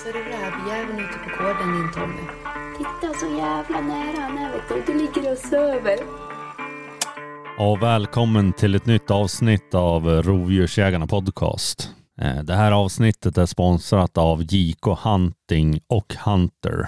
Ser du rävjäveln ute på gården din, Tommy? Titta så jävla nära han är, vet du. Du ligger och söver. Och välkommen till ett nytt avsnitt av Rovdjursjägarna podcast. Det här avsnittet är sponsrat av JK Hunting och Hunter.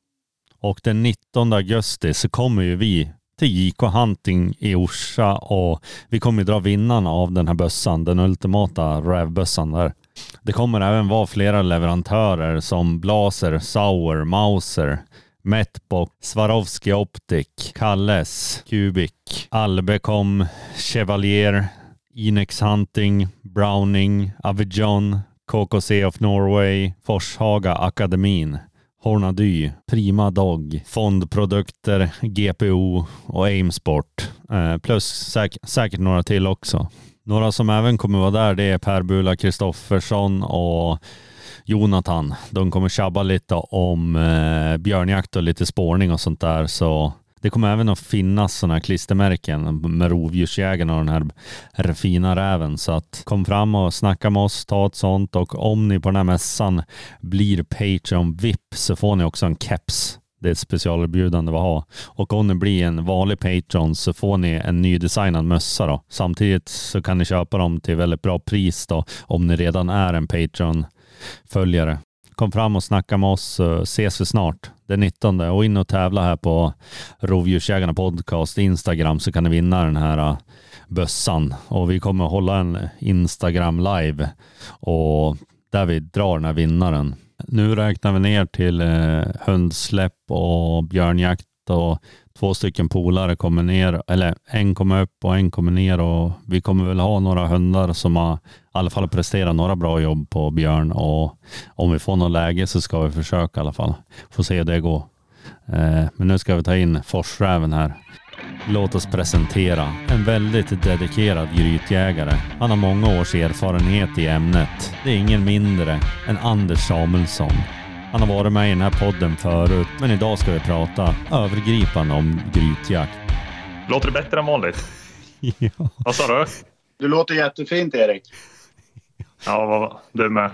Och den 19 augusti så kommer ju vi till JK Hunting i Orsa och vi kommer dra vinnarna av den här bössan, den ultimata rävbössan där. Det kommer även vara flera leverantörer som Blaser, Sauer, Mauser, Metbox, Swarovski Optic, Kalles, Cubic, Albecom, Chevalier, Inex Hunting, Browning, Avijon, KKC of Norway, Forshaga Akademin, Hornady, Prima Dog, Fondprodukter, GPO och Aimsport. Plus säkert några till också. Några som även kommer vara där, det är Per Bula Kristoffersson och Jonathan. De kommer tjabba lite om björnjakt och lite spårning och sånt där. Så det kommer även att finnas sådana här klistermärken med rovdjursjägarna och den här fina räven. Så att kom fram och snacka med oss, ta ett sånt. Och om ni på den här mässan blir Patreon VIP så får ni också en keps. Det är ett specialerbjudande vi har. Och om ni blir en vanlig Patreon så får ni en nydesignad mössa då. Samtidigt så kan ni köpa dem till väldigt bra pris då. Om ni redan är en Patreon-följare. Kom fram och snacka med oss så ses vi snart. Den 19 och in och tävla här på Rovdjursjägarna podcast Instagram så kan ni vinna den här bössan. Och vi kommer hålla en Instagram live och där vi drar den här vinnaren. Nu räknar vi ner till hundsläpp och björnjakt och 2 stycken polare kommer ner, eller en kommer upp och en kommer ner och vi kommer väl ha några hundar som har i alla fall presterat några bra jobb på björn och om vi får något läge så ska vi försöka i alla fall. Får se hur det går. Men nu ska vi ta in forsräven här. Låt oss presentera en väldigt dedikerad grytjägare. Han har många års erfarenhet i ämnet. Det är ingen mindre än Anders Samuelsson. Han har varit med i den här podden förut, men idag ska vi prata övergripande om grytjakt. Låter det bättre än vanligt? Ja. Vad sa du? Du låter jättefint, Erik. Ja, du med.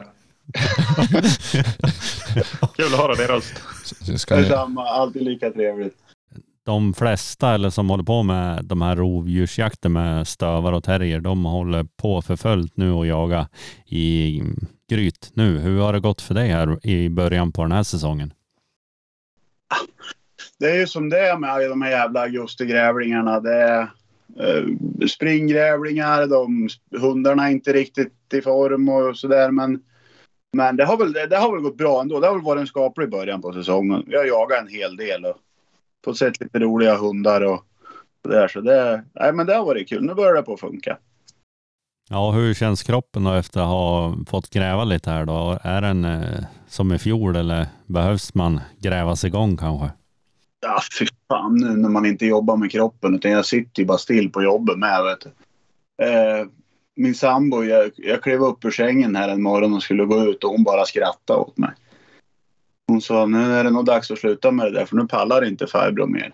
Kul att höra din röst. Detsamma, alltid lika trevligt. De flesta eller som håller på med de här rovdjursjakter med stövar och terrier, de håller på för fullt nu och jaga i gryt nu. Hur har det gått för dig här i början på den här säsongen? Det är ju som det är med de här jävla augustigrävlingarna. Det är springgrävlingar, hundarna är inte riktigt i form och sådär. Men det har väl gått bra ändå. Det har väl varit en skaplig början på säsongen. Jag har jagat en hel del och fått sett lite roliga hundar och där. Så men det har varit kul. Nu börjar det på att funka. Ja, hur känns kroppen då efter att ha fått gräva lite här då? Är den som i fjol eller behövs man grävas igång kanske? Ja, fy fan nu när man inte jobbar med kroppen utan jag sitter ju bara still på jobbet med, vet du. Min sambo, jag klev upp ur sängen här en morgon och skulle gå ut och hon bara skrattade åt mig. Hon sa, nu är det nog dags att sluta med det där för nu pallar inte farbror mer.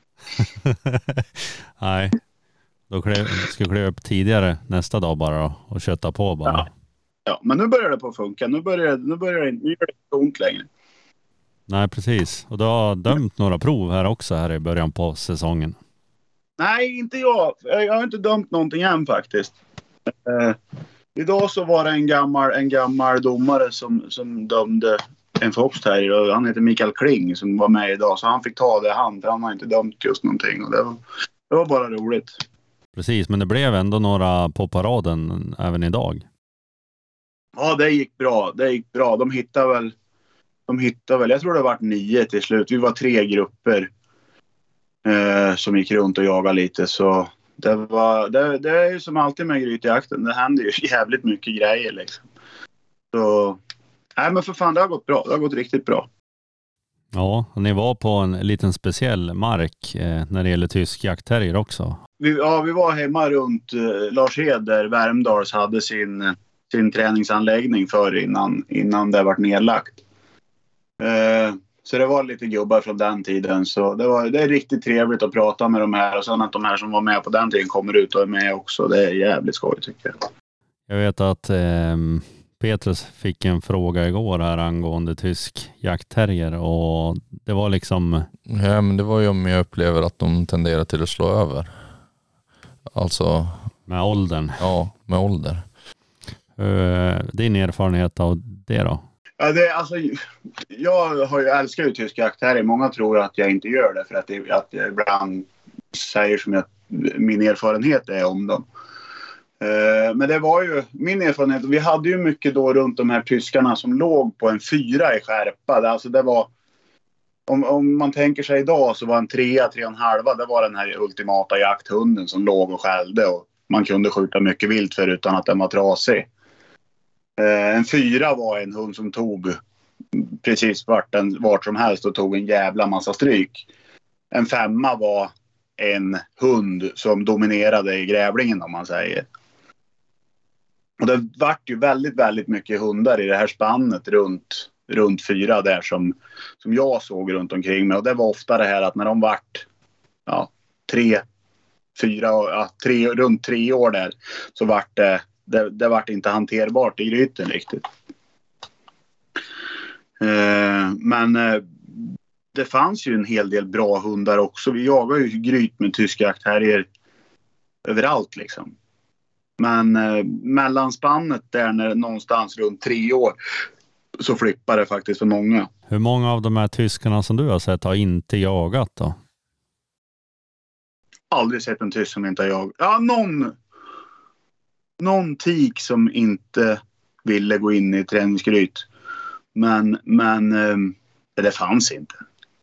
Nej, då ska jag kliva upp tidigare nästa dag bara och köta på bara. Ja, men nu börjar det på att funka. Nu börjar det inte ont längre. Nej, precis. Och du har dömt några prov här också här i början på säsongen. Nej, inte jag. Jag har inte dömt någonting än faktiskt. Idag så var det en gammal domare som dömde en foxterrier. Han heter Mikael Kling som var med idag. Så han fick ta det för han har inte dömt just någonting. Och det var bara roligt. Precis, men det blev ändå några på paraden även idag. Ja, det gick bra. De hittade väl, jag tror det var 9 till slut. Vi var 3 grupper som gick runt och jagade lite. Så det är ju som alltid med grytjakten. Det händer ju jävligt mycket grejer liksom. Så, nej men för fan, det har gått bra. Det har gått riktigt bra. Ja, och ni var på en liten speciell mark när det gäller tysk jaktterrier också. Vi var hemma runt Lars Heder, Värmdals hade sin träningsanläggning för innan det var nedlagt. Så det var lite gubbar från den tiden. Så det är riktigt trevligt att prata med de här. Och sen att de här som var med på den tiden kommer ut och är med också. Det är jävligt skoj tycker jag. Jag vet att Petrus fick en fråga igår här angående tysk jaktterrier och det var liksom... Ja, men det var ju om jag upplever att de tenderar till att slå över. Alltså... Med åldern. Ja, med ålder. Din erfarenhet av det då? Ja, jag älskar ju tysk jaktterrier. Många tror att jag inte gör det för att jag ibland säger som min erfarenhet är om dem. Men det var ju min erfarenhet. Vi hade ju mycket då runt de här tyskarna som låg på en 4 i skärpa. Alltså det var, om man tänker sig idag så var en 3,5. Det var den här ultimata jakthunden som låg och skällde. Och man kunde skjuta mycket vilt för utan att den var trasig. En 4 var en hund som tog precis vart som helst och tog en jävla massa stryk. En 5 var en hund som dominerade i grävlingen om man säger. Och det vart ju väldigt, väldigt mycket hundar i det här spannet runt 4 där som jag såg runt omkring mig. Och det var ofta det här att när de vart 3 runt 3 år där så vart det vart inte hanterbart i gryten riktigt. Men det fanns ju en hel del bra hundar också. Vi jagar ju gryt med tyska jaktterrier överallt liksom. Men mellanspannet där när någonstans runt 3 år så flippar det faktiskt för många. Hur många av de här tyskarna som du har sett har inte jagat då? Aldrig sett en tysk som inte har jagat. Ja, någon tik som inte ville gå in i träningsgryt. Men det fanns inte.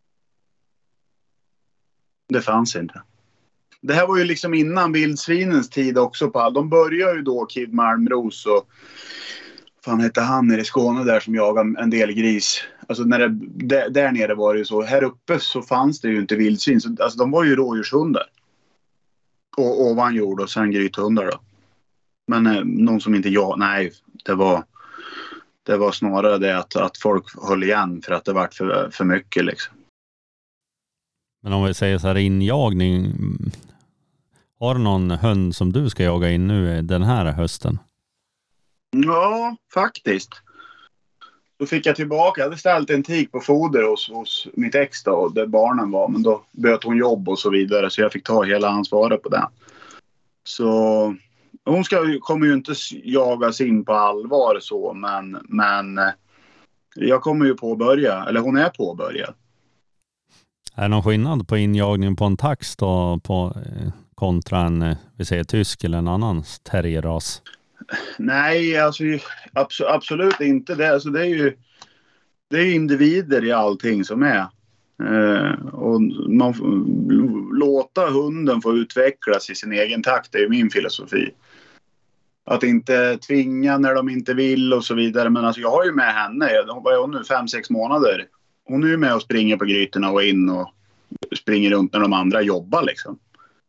Det fanns inte. Det här var ju liksom innan vildsvinens tid också. De började ju då Kid Malmros och fan hette han nere i Skåne där som jagade en del gris. Alltså när där nere var det ju så. Här uppe så fanns det ju inte vildsvin. Så, alltså de var ju rådjurshundar. Och ovanjord och sen grythundar då. Men någon som inte nej, det var snarare det att folk höll igen för att det var för mycket liksom. Men om vi säger så här injagning, har du någon hund som du ska jaga in nu den här hösten? Ja, faktiskt. Då fick jag tillbaka, jag hade ställt en tik på foder hos mitt ex då, där barnen var, men då böt hon jobb och så vidare så jag fick ta hela ansvaret på den. Så hon kommer ju inte jagas in på allvar så, men jag kommer ju påbörja, eller hon är påbörjad. Är det någon skillnad på injagning på en tax då kontra en, vi säger tysk eller en annan terrierras? Nej, alltså absolut inte. Det är ju individer i allting som är. Och man låta hunden få utvecklas i sin egen takt, det är ju min filosofi. Att inte tvinga när de inte vill och så vidare. Men alltså jag har ju med henne, vad är hon nu, 5-6 månader. Hon är ju med och springer på grytorna och in och springer runt när de andra jobbar liksom.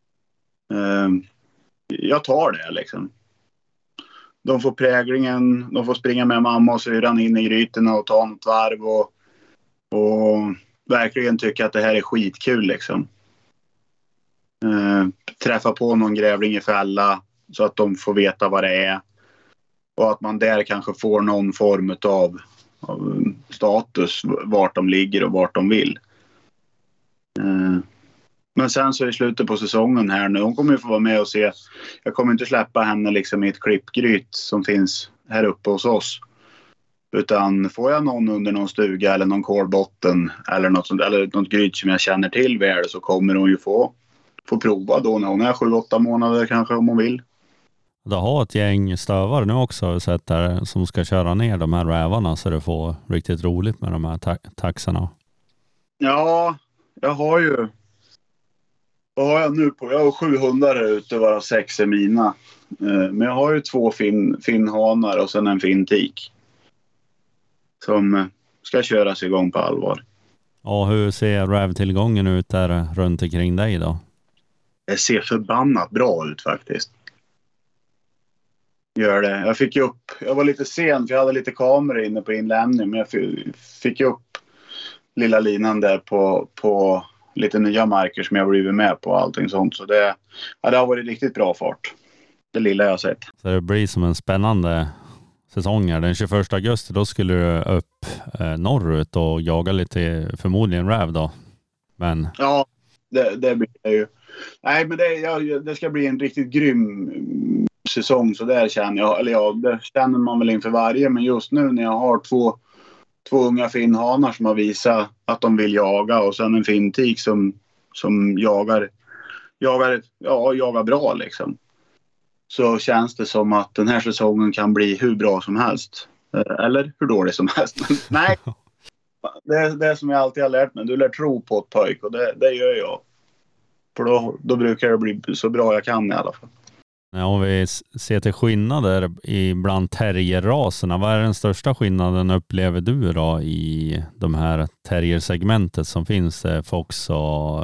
Jag tar det liksom. De får präglingen, de får springa med mamma och syran in i grytorna och ta något varv och verkligen tycka att det här är skitkul liksom. Träffa på någon grävling i fälla så att de får veta vad det är. Och att man där kanske får någon form av status vart de ligger och vart de vill. Men sen så i slutet på säsongen här nu, hon kommer ju få vara med och se. Jag kommer inte släppa henne liksom i ett klippgryt som finns här uppe hos oss. Utan får jag någon under någon stuga eller någon kolbotten eller något sånt, eller något gryt som jag känner till väl, så kommer hon ju få prova då när hon är 7-8 månader kanske, om hon vill. Du har ett gäng stövar nu också sett där som ska köra ner de här rävarna så du får riktigt roligt med de här taxarna. Ja, jag har ju jag har 7 hundar här ute, varav 6 är mina. Men jag har ju 2 finnhanar och sen en fintik som ska köras igång på allvar. Ja, hur ser rävtillgången ut där runt omkring dig då? Det ser förbannat bra ut faktiskt. Gör det. Jag var lite sen för jag hade lite kameror inne på inlämning, men jag fick upp lilla linan där på lite nya marker som jag blivit med på och allting sånt. Så det har varit riktigt bra fart. Det lilla jag har sett. Så det blir som en spännande säsonger. Den 21 augusti då skulle du upp norrut och jaga lite, förmodligen räv då. Men... Ja, det blir det ju. Nej, men det ska bli en riktigt grym säsong, så där känner jag. Eller ja, det känner man väl inför varje. Men just nu när jag har två unga finnhanar som har visat att de vill jaga, och sen en fintik som jagar bra liksom. Så känns det som att den här säsongen kan bli hur bra som helst. Eller hur dålig som helst. Nej, det som jag alltid har lärt mig. Du lär tro på ett pojk, och det gör jag. För då brukar det bli så bra jag kan i alla fall. Om vi ser till skillnader bland terrierraserna, vad är den största skillnaden upplever du då i de här terriersegmentet som finns? Fox och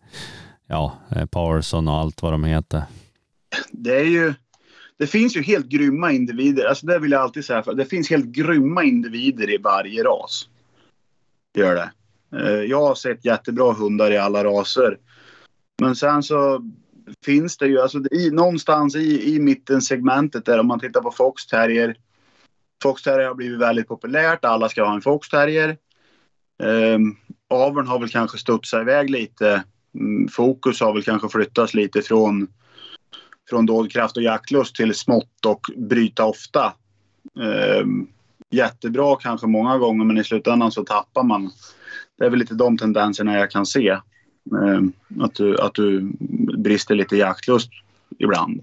Parson och allt vad de heter. Det finns ju helt grymma individer. Alltså det vill jag alltid säga. För det finns helt grymma individer i varje ras. Det gör det. Jag har sett jättebra hundar i alla raser. Men sen så finns det ju alltså någonstans i mittensegmentet där, om man tittar på Fox Terrier. Fox Terrier har blivit väldigt populärt. Alla ska ha en Fox Terrier. Aveln har väl kanske studsat iväg lite. Fokus har väl kanske flyttats lite från dådkraft och jaktlust till smått och bryta ofta. Jättebra kanske många gånger, men i slutändan så tappar man. Det är väl lite de tendenserna jag kan se. Att du brister lite jaktlust ibland.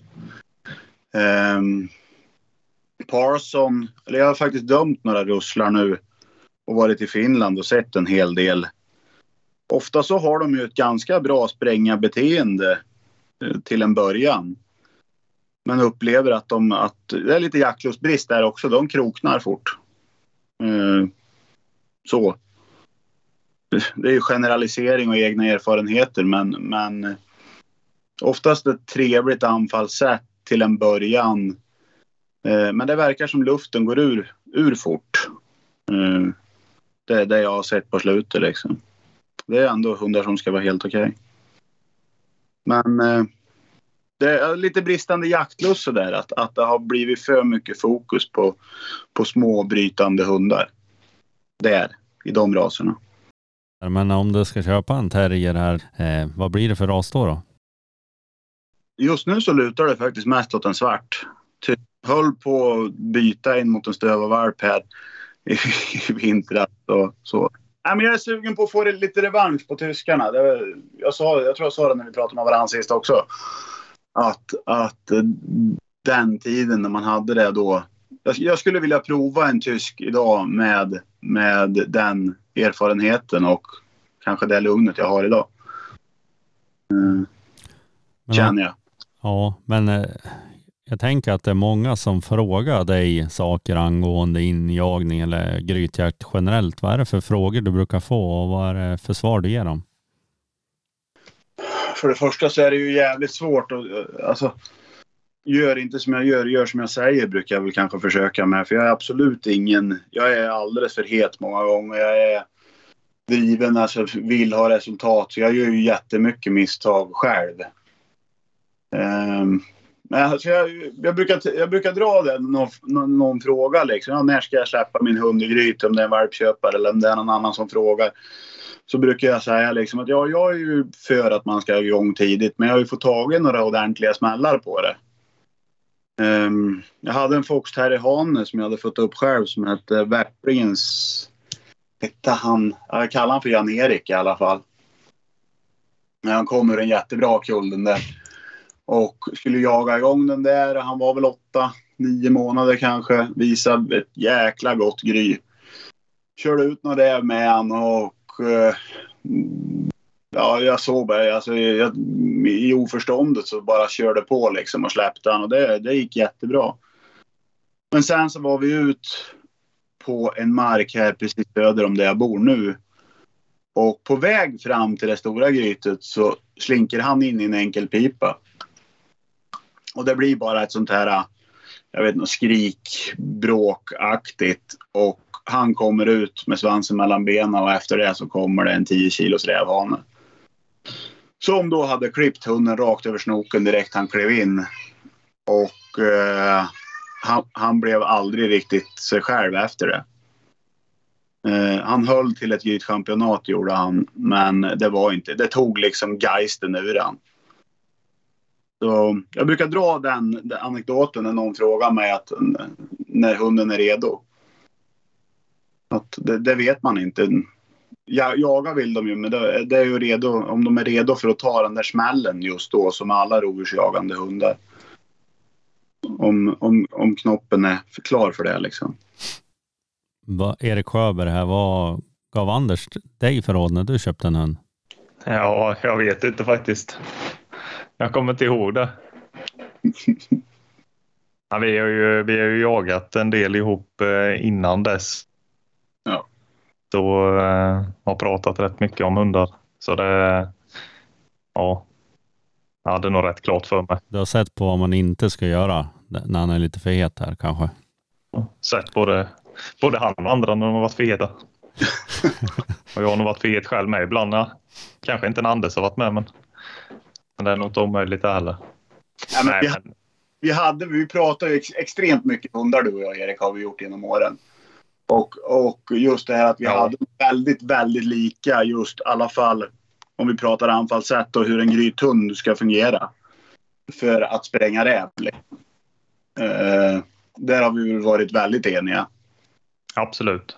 Parson, eller jag har faktiskt dömt några russlar nu och varit i Finland och sett en hel del. Ofta så har de ju ett ganska bra sprängarbeteende till en början. Men upplever att det är lite jaktlustbrist där också. De kroknar fort. Så. Det är ju generalisering och egna erfarenheter. Men oftast ett trevligt anfallssätt till en början. Men det verkar som luften går ur fort. Det är det jag har sett på slutet liksom. Det är ändå hundar som ska vara helt okej. Men det är lite bristande jaktlust så där. Att det har blivit för mycket fokus på små brytande hundar. Där, i de raserna. Men om du ska köpa en terrier här, vad blir det för ras då? Just nu så lutar det faktiskt mest åt en svart. Höll på att byta in mot en stövarvalp här i vintras och så. Nej, men jag är sugen på att få lite revansch på tyskarna. Jag tror jag sa det när vi pratade med varandra sist också. Att den tiden när man hade det då. Jag skulle vilja prova en tysk idag med den erfarenheten och kanske det lugnet jag har idag. Känner jag. Ja, men jag tänker att det är många som frågar dig saker angående injagning eller grytjakt generellt. Vad är det för frågor du brukar få och vad är det för svar du ger dem? För det första så är det ju jävligt svårt att, gör inte som jag gör som jag säger, brukar jag väl kanske försöka med. För jag är absolut jag är alldeles för het många gånger. Jag är driven, alltså vill ha resultat. Så jag gör ju jättemycket misstag själv. Men alltså jag brukar dra det någon fråga liksom. Ja, när ska jag släppa min hund i gryt, om det är en valpköpare eller om det är någon annan som frågar. Så brukar jag säga liksom att jag är ju för att man ska igång tidigt, men jag har ju fått tag i några ordentliga smällar på det. Jag hade en Fox Terrier hane som jag hade fått upp själv som hette Väpplingens. Jag kallar han för Jan-Erik i alla fall. Men han kom ur en jättebra kull den där. Och skulle jaga igång den där. Han var väl 8-9 månader kanske. Visade ett jäkla gott gry. Körde ut några där med han och jag såg bara, i oförståndet så bara körde på liksom och släppte han, och det gick jättebra. Men sen så var vi ut på en mark här precis söder om där jag bor nu. Och på väg fram till det stora grytet så slinker han in i en enkel pipa. Och det blir bara ett sånt här, jag vet inte, skrikbråkaktigt. Och han kommer ut med svansen mellan benen och efter det så kommer det en 10 kilos rävhane. Som då hade klippt hunden rakt över snoken direkt han klev in. Och han blev aldrig riktigt sig själv efter det. Han höll till ett grytchampionat gjorde han, men det tog liksom geisten ur han. Så jag brukar dra den anekdoten när någon frågar mig att när hunden är redo. Att det vet man inte. Jaga vill de ju, men det är ju redo om de är redo för att ta den där smällen just då, som alla rovdjursjagande hundar. Om knoppen är klar för det liksom. Erik Sjöberg här, vad gav Anders dig för råd när du köpte en hund? Ja, jag vet inte faktiskt. Jag kommer inte ihåg det. Ja, vi har ju jagat en del ihop innan dess. Ja. Så har pratat rätt mycket om hundar. Så det, ja, jag hade nog rätt klart för mig. Du har sett på vad man inte ska göra när han är lite för het här kanske? Sett både han och andra när de har varit för heta. Och jag har nog varit för het själv med ibland. Ja. Kanske inte en Anders har varit med, men det är nog inte omöjligt heller. Ja, men vi pratar ju extremt mycket hundar, du och jag, Erik, har vi gjort genom åren. Och just det här att vi hade väldigt, väldigt lika, just i alla fall om vi pratar anfallssätt och hur en grythund ska fungera för att spränga räv. Där har vi väl varit väldigt eniga. Absolut.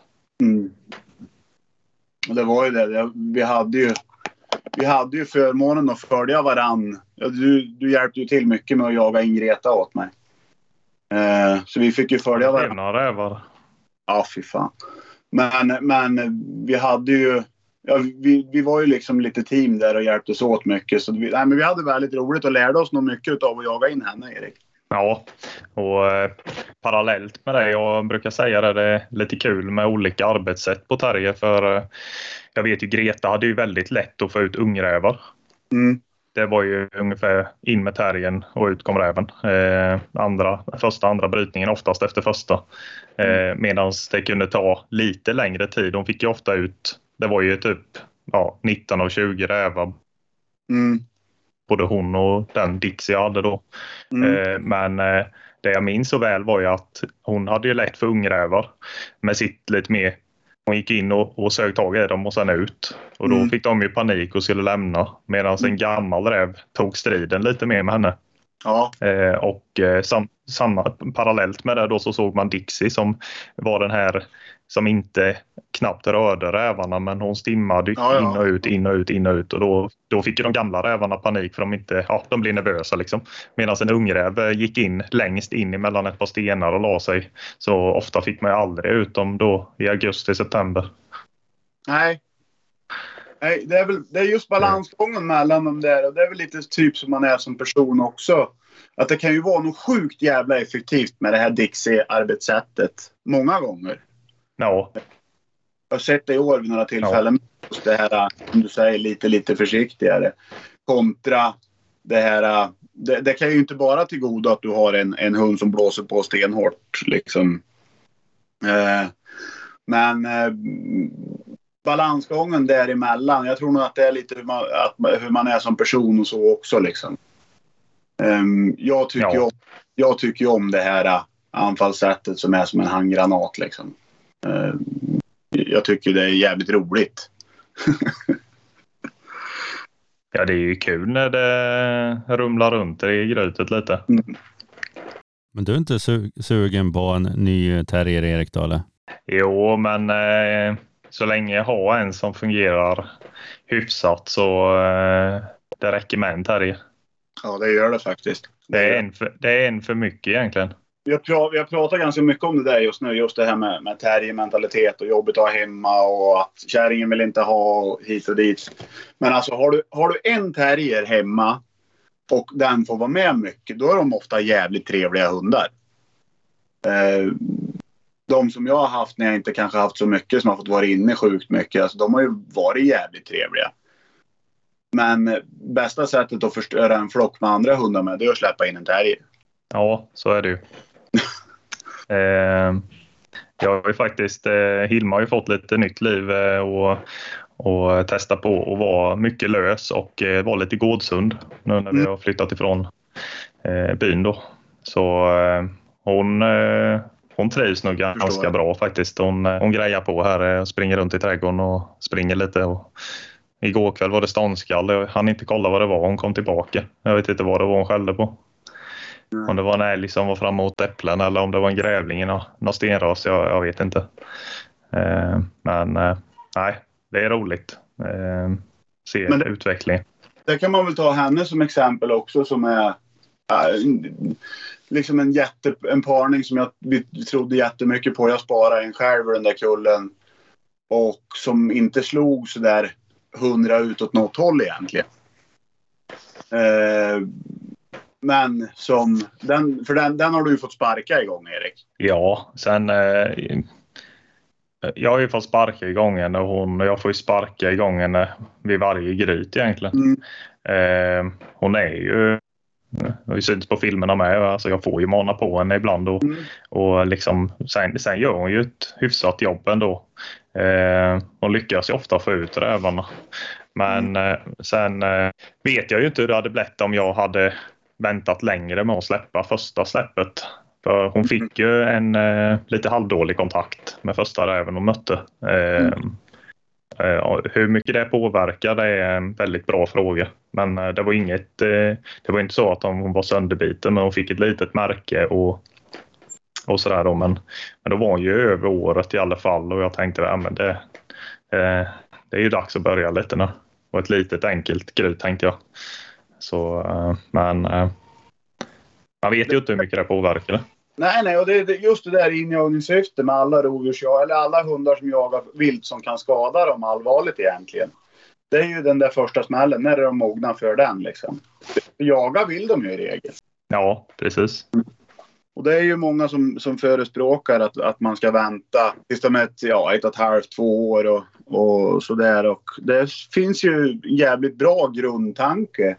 Och det var ju det. Vi hade ju förmånen att följa varann. Du hjälpte ju till mycket med att jaga in Greta åt mig. Så vi fick ju följa varann. Rävar. Ja, fy fan. Men vi hade ju... Ja, vi var ju liksom lite team där och hjälpte oss åt mycket. Så men vi hade väldigt roligt och lärde oss nog mycket av att jaga in henne, Erik. Ja, och parallellt med det, jag brukar säga det är lite kul med olika arbetssätt på terrier. För jag vet ju, Greta hade ju väldigt lätt att få ut ungrävar. Det var ju ungefär in med terriern och ut kom räven. Andra brytningen oftast efter första. Medan det kunde ta lite längre tid. De fick ju ofta ut, det var ju typ 19 och 20 rävar. Både hon och den Dixie hade då. Men det jag minns så väl var ju att hon hade ju lätt för ungrävar. Med sitt lite mer. Hon gick in och sög tag i dem och sen ut. Och då fick de ju panik och skulle lämna. Medan en gammal räv tog striden lite mer med henne. Ja. Samma parallellt med det då så såg man Dixie som var den här som inte knappt rörde rävarna, men hon stimmade in och ut och då fick ju de gamla rävarna panik för de blir nervösa liksom. Medan en ungräv gick in längst in emellan ett par stenar och la sig, så ofta fick man ju aldrig ut dem då i augusti-september. Nej, det är just balansgången mellan dem där, och det är väl lite typ som man är som person också. Att det kan ju vara något sjukt jävla effektivt med det här Dixie-arbetssättet många gånger. Ja. Jag har sett det i år vid några tillfällen. Ja. Det här, som du säger, lite försiktigare. Kontra det här. Det kan ju inte bara till godo att du har en hund som blåser på stenhårt. Liksom. Men balansgången däremellan. Jag tror nog att det är lite hur man är som person och så också. Liksom. Jag tycker om det här anfallssättet som är som en handgranat. Liksom. Jag tycker det är jävligt roligt. Ja, det är ju kul när det rumlar runt i grytet lite. Men du är inte sugen på en ny terrier, Erik, då, eller? Jo, men så länge jag har en som fungerar hyfsat så det räcker med en terrier. Ja, det gör det faktiskt. Det är en för mycket egentligen. Jag pratar ganska mycket om det där just nu. Just det här med terriermentalitet och jobbet att ha hemma och att kärringen vill inte ha hit och dit. Men alltså har du en terrier hemma och den får vara med mycket, då är de ofta jävligt trevliga hundar. De som jag har haft när jag inte kanske haft så mycket, som har fått vara inne sjukt mycket, alltså de har ju varit jävligt trevliga. Men bästa sättet att förstöra en flock med andra hundar med, det är att släppa in en terrier. Ja, så är det ju. Jag har ju faktiskt, Hilma har ju fått lite nytt liv och testa på att vara mycket lös och vara lite gårdshund nu när vi har flyttat ifrån byn då. Så hon trivs nog ganska bra faktiskt. Hon grejar på här och springer runt i trädgården och springer lite. Och igår kväll var det ståndskall. Han inte kolla vad det var. Hon kom tillbaka. Jag vet inte vad det var hon skällde på. Om det var en älg som var fram mot äpplen eller om det var en grävling i någon stenras. Jag vet inte. Men nej, det är roligt. Se utveckling. Det kan man väl ta henne som exempel också, som är liksom en parning som vi trodde jättemycket på. Jag sparade en själv i den där kullen och som inte slog så där 100 utåt något håll egentligen. Men som den har du ju fått sparka igång, Erik. Ja, sen jag har ju fått sparka igång henne och jag får ju sparka igång henne vid varje gryt egentligen. Hon är ju, det har ju synts på filmerna med, alltså jag får ju mana på henne ibland och liksom, sen gör hon ju ett hyfsat jobb ändå. Hon lyckas ju ofta få ut rävarna. Men sen vet jag ju inte hur det hade blivit om jag hade väntat längre med att släppa första släppet. För hon fick ju en lite halvdålig kontakt med första räven hon mötte. Hur mycket det påverkar, det är en väldigt bra fråga. Men det var inte så att hon var sönderbiten, men hon fick ett litet märke och sådär då. Men då var hon ju över året i alla fall och jag tänkte men det är ju dags att börja lite nu. Och ett litet enkelt gryt tänkte jag. Så, men man vet ju inte hur mycket det påverkar det. Nej, och det är just det där injagningssyfte med alla rovdjursjagare eller alla hundar som jagar vilt som kan skada dem allvarligt egentligen. Det är ju den där första smällen, när de mognar för den liksom. Jaga vill de ju i regel. Ja, precis. Och det är ju många som förespråkar att man ska vänta tills de är 1,5-2 år och sådär. Och det finns ju jävligt bra grundtanke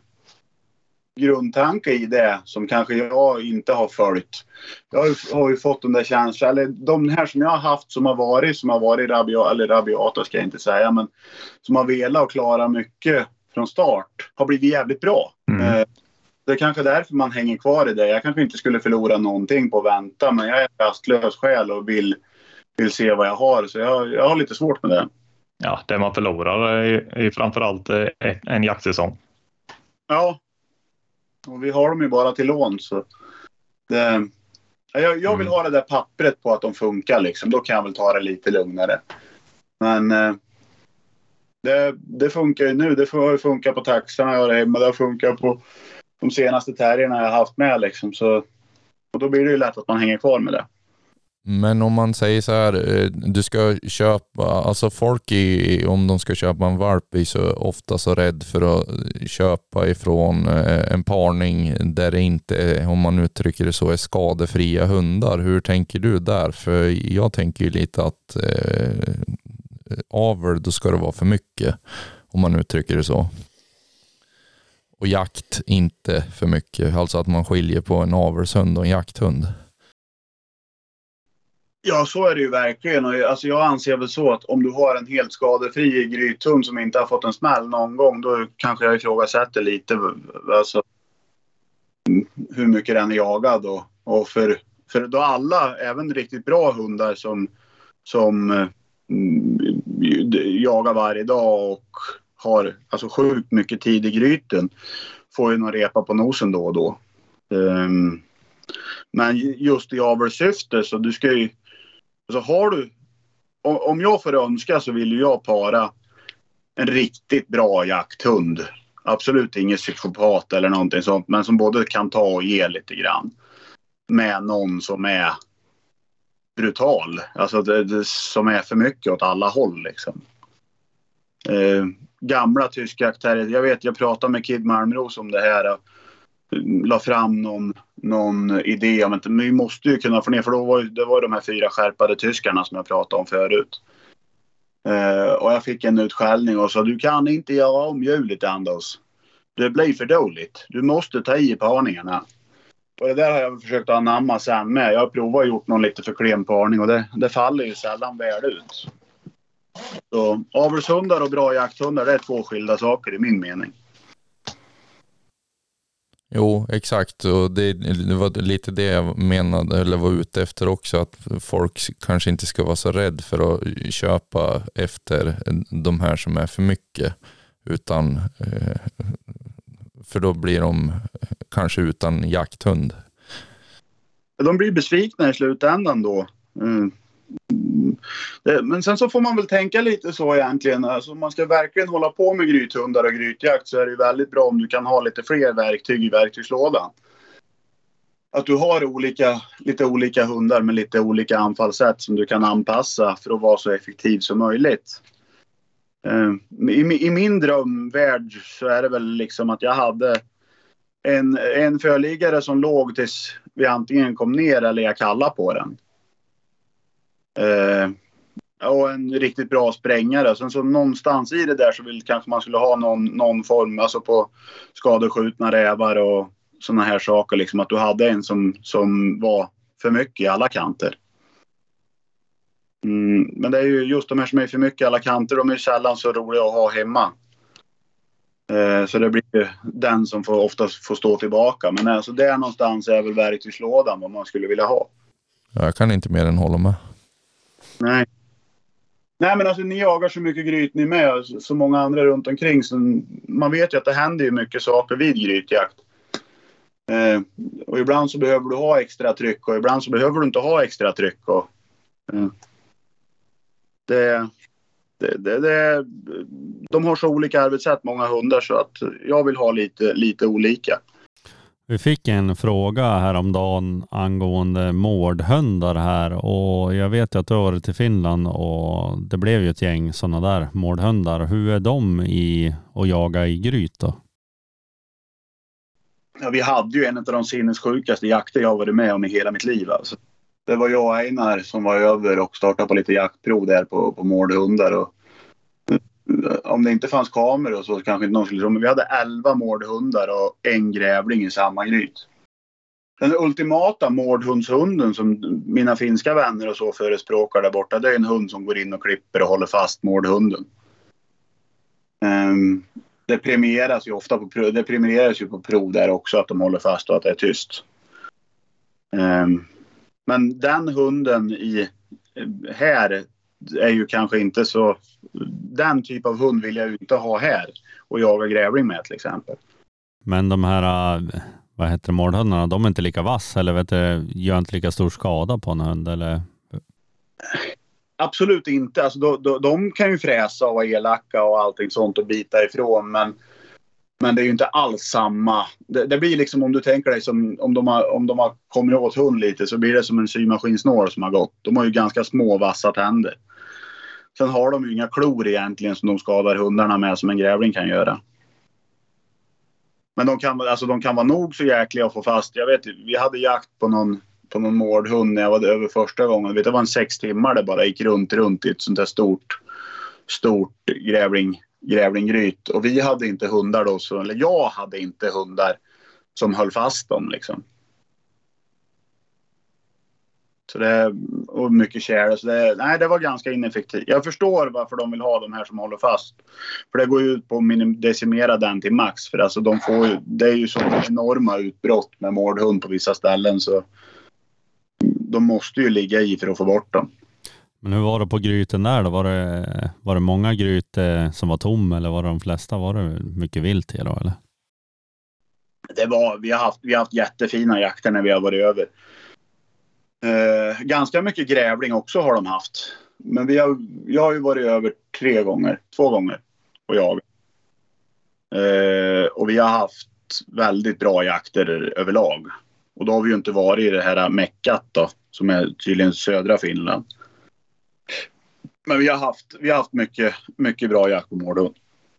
i det som kanske jag inte har följt. Jag har ju fått den där känslan, eller de här som jag har haft som har varit rabiata ska jag inte säga, men som har velat och klara mycket från start har blivit jävligt bra. Det är kanske därför man hänger kvar i det. Jag kanske inte skulle förlora någonting på att vänta, men jag är rastlös själ och vill se vad jag har, så jag har lite svårt med det. Ja, det man förlorar är framförallt en jaktsäsong. Ja. Och vi har dem ju bara till lån, så jag vill ha det där pappret på att de funkar liksom. Då kan jag väl ta det lite lugnare. Men det funkar ju nu. Det funkar på taxarna jag har hemma. Det funkar på de senaste terrierna jag har haft med liksom. Så, och då blir det ju lätt att man hänger kvar med det. Men om man säger så här, du ska köpa, alltså folk om de ska köpa en valp är så ofta så rädd för att köpa ifrån en parning där det inte, om man uttrycker det så, är skadefria hundar. Hur tänker du där? För jag tänker ju lite att avel, då ska det vara för mycket, om man uttrycker det så. Och jakt inte för mycket, alltså att man skiljer på en avelshund och en jakthund. Ja, så är det ju verkligen. Och alltså jag anser väl så att om du har en helt skadefri grythund som inte har fått en smäll någon gång, då kanske jag ifrågasätter lite alltså, hur mycket den är jagad. Och för då alla, även riktigt bra hundar som jagar varje dag och har alltså sjukt mycket tid i gryten, får ju någon repa på nosen då och då. Men just i avelssyfte så du ska ju, alltså har du, om jag får önska så vill jag para en riktigt bra jakthund. Absolut ingen psykopat eller någonting sånt, men som både kan ta och ge lite grann. Med någon som är brutal. Alltså det som är för mycket åt alla håll liksom. Gamla tyska aktörer. Jag pratade med Kid Malmros om det här. La fram någon idé om att vi måste ju kunna få ner, för det var de här 4 skärpade tyskarna som jag pratade om förut. Och jag fick en utskällning och sa, du kan inte göra om hjulet, Anders. Det blir för dåligt. Du måste ta i parningarna. Och det där har jag försökt anamma sen med. Jag har provat och gjort någon lite för klen parning och det faller ju sällan väl ut. Så avelshundar och bra jakthundar, det är 2 skilda saker i min mening. Jo, exakt. Och det var lite det jag menade eller var ute efter också. Att folk kanske inte ska vara så rädd för att köpa efter de här som är för mycket. Utan för då blir de kanske utan jakthund. De blir besvikna i slutändan då. Men sen så får man väl tänka lite så egentligen. Alltså, om man ska verkligen hålla på med grythundar och grytjakt så är det väldigt bra om du kan ha lite fler verktyg i verktygslådan. Att du har lite olika hundar med lite olika anfallssätt som du kan anpassa för att vara så effektiv som möjligt. I min drömvärld så är det väl liksom att jag hade en förliggare som låg tills vi antingen kom ner eller jag kallade på den. Och en riktigt bra sprängare. Sen så någonstans i det där så vill kanske man skulle ha någon form, alltså på skadeskjutna rävar och såna här saker. Liksom att du hade en som var för mycket i alla kanter. Men det är ju just de här som är för mycket i alla kanter, de är sällan så roliga att ha hemma. Så det blir ju den som oftast får stå tillbaka. Men alltså där någonstans är väl verktygslådan vad man skulle vilja ha. Jag kan inte mer än hålla med. Nej, men alltså ni jagar så mycket gryt ni med, så många andra runt omkring, så man vet ju att det händer ju mycket saker vid grytjakt. Och ibland så behöver du ha extra tryck och ibland så behöver du inte ha extra tryck. Och, de har så olika arbetssätt, många hundar, så att jag vill ha lite olika. Vi fick en fråga häromdagen angående mårdhundar här, och jag vet ju att du har varit i Finland och det blev ju ett gäng sådana där mårdhundar. Hur är de i att jaga i gryt då? Ja, vi hade ju en av de sinnessjukaste jakter jag varit med om i hela mitt liv. Alltså. Det var jag och Einar som var över och startade på lite jaktprov där på mårdhundar. Och om det inte fanns kameror och så kanske inte någon skulle tro, men vi hade 11 mårdhundar och en grävling i samma gryt. Den ultimata mårdhundshunden som mina finska vänner och så förespråkar där borta, det är en hund som går in och klipper och håller fast mårdhunden. Det premieras ju ofta på prov där också, att de håller fast och att det är tyst. Men den hunden här är ju kanske inte så... Den typ av hund vill jag ju inte ha här och jaga grävling med till exempel. Men de här, mårdhundarna, de är inte lika vass eller gör inte lika stor skada på en hund eller? Absolut inte. Alltså, de kan ju fräsa och vara elaka och allting sånt och bita ifrån, men det är ju inte alls samma. Det blir liksom, om du tänker dig som om de har kommit åt hund lite, så blir det som en symaskinsnår som har gått. De har ju ganska små vassa tänder. Sen har de ju inga klor egentligen som de skadar hundarna med som en grävling kan göra. Men de kan vara nog så jäkliga att få fast. Jag vet, vi hade jakt på någon mårdhund när jag var över första gången. Det var en 6 timmar det bara gick runt i ett sånt där stort grävlinggryt. Och vi hade inte hundar då, eller jag hade inte hundar som höll fast dem liksom. Så och mycket kärl. Så det var ganska ineffektivt. Jag förstår varför de vill ha de här som håller fast. För det går ju ut på att decimera den till max. För alltså det är ju så enorma utbrott med mårdhund på vissa ställen. Så de måste ju ligga i för att få bort dem. Men hur var det på gryten där då? Var det många gryt som var tom, eller var det de flesta? Var det mycket vilt i då eller? Vi har haft jättefina jakter när vi har varit över. Ganska mycket grävling också har de haft. Men jag har ju varit över 2 gånger och jag. Och vi har haft väldigt bra jakter överlag. Och då har vi ju inte varit i det här Meckat då, som är tydligen södra Finland. Men vi har haft mycket bra jakt på mårdhund.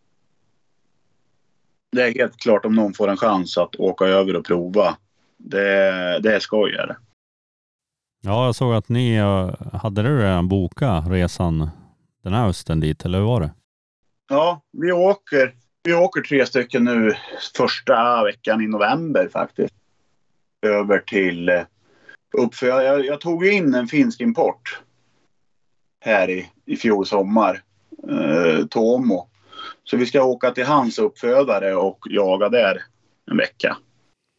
Det är helt klart, om någon får en chans att åka över och prova. Det är skojare. Ja, jag såg att ni hade redan bokat resan den här hösten dit, eller hur var det? Ja, vi åker 3 stycken nu första veckan i november faktiskt. Över till uppfödare. Jag tog in en finsk import här i fjol sommar. Tomo. Så vi ska åka till hans uppfödare och jaga där en vecka.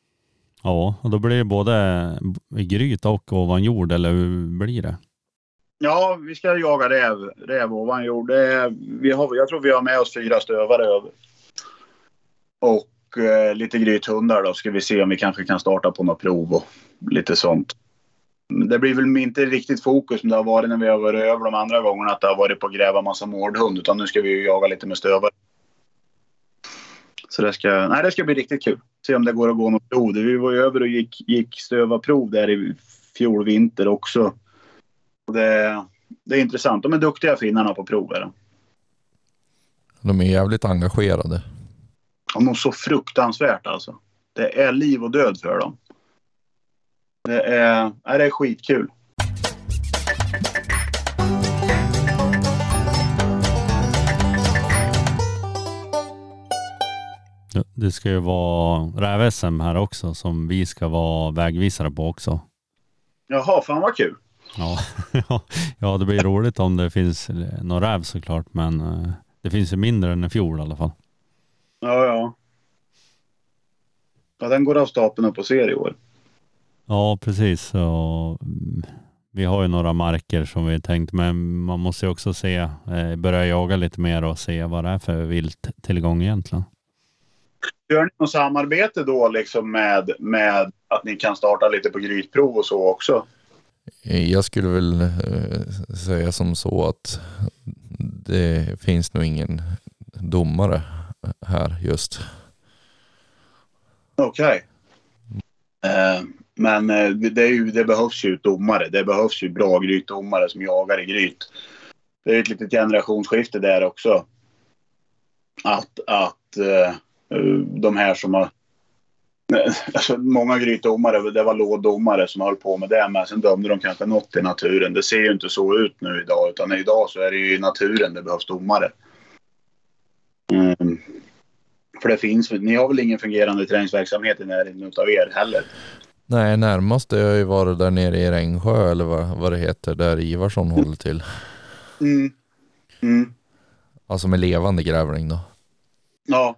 Ja, och då blir det både gryt och ovanjord, eller hur blir det? Ja, vi ska jaga räv ovan jord. Jag tror vi har med oss 4 stövare över. Och lite grythundar då. Ska vi se om vi kanske kan starta på något prov och lite sånt. Det blir väl inte riktigt fokus som det har varit när vi har varit över de andra gångerna. Att det har varit på att gräva massa mårdhund. Utan nu ska vi jaga lite med stövare. Så det ska bli riktigt kul. Se om det går att gå något prov. Vi var ju över och gick stövarprov där i fjol vinter också. Och det är intressant. De är duktiga finnarna på prover. De är jävligt engagerade. De är så fruktansvärt alltså. Det är liv och död för dem. Det är skitkul. Det ska ju vara räv-SM här också som vi ska vara vägvisare på också. Jaha, fan vad kul. Ja, det blir roligt om det finns någon räv såklart, men det finns ju mindre än i fjol i alla fall. Ja, den går av stapeln upp på serie i år. Ja, precis. Och vi har ju några marker som vi tänkt, men man måste ju också börja jaga lite mer och se vad det är för vilt tillgång egentligen. Gör ni något samarbete då liksom med att ni kan starta lite på grytprov och så också? Jag skulle väl säga som så att det finns nog ingen domare här just. Okej. Men det behövs ju domare. Det behövs ju bra grytdomare som jagar i gryt. Det är ett litet generationsskifte där också. Att de här som har alltså många grytdomare, det var låddomare som höll på med det, men sen dömde de kanske något i naturen. Det ser ju inte så ut nu idag, utan idag så är det ju i naturen det behövs domare. För det finns, ni har väl ingen fungerande träningsverksamhet i närheten utav er heller? Nej, närmast det har ju varit där nere i Rengsjö eller vad det heter, där Ivarsson håller till. Alltså med levande grävling då. Ja.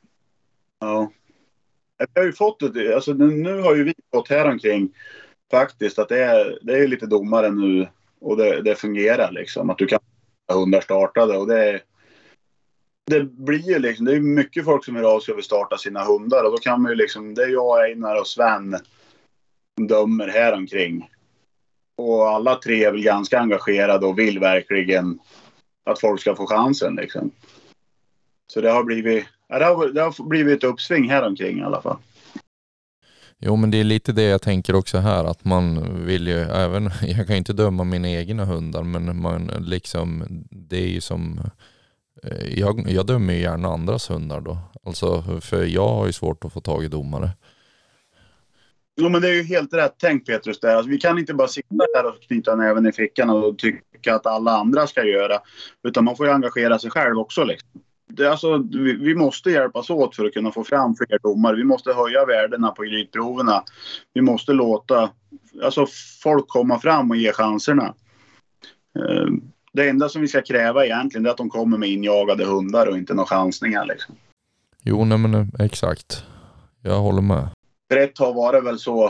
Jag har ju fått det, alltså nu har ju vi fått här omkring faktiskt att det är lite domare nu och det fungerar liksom, att du kan ha hundar startade och det blir ju liksom, det är mycket folk som vill starta sina hundar och då kan man ju liksom, det är jag, Einar och Sven dömer här omkring. Och alla 3 är väl ganska engagerade och vill verkligen att folk ska få chansen liksom. Så det har blivit ett uppsving här omkring i alla fall. Jo, men det är lite det jag tänker också här, att man vill ju även, jag kan inte döma mina egna hundar, men man liksom, det är ju som, jag dömer ju gärna andras hundar då. Alltså, för jag har ju svårt att få tag i domare. Jo, men det är ju helt rätt tänkt, Petrus, där. Alltså, vi kan inte bara sitta här och knyta näven i fickan och tycka att alla andra ska göra, utan man får ju engagera sig själv också liksom. Vi måste hjälpas åt för att kunna få fram fler domar. Vi måste höja värdena på grytproverna. Vi måste låta folk komma fram och ge chanserna. Det enda som vi ska kräva egentligen är att de kommer med injagade hundar och inte några chansningar. Liksom. Jo, nej, men exakt. Jag håller med. För ett tag var det väl så,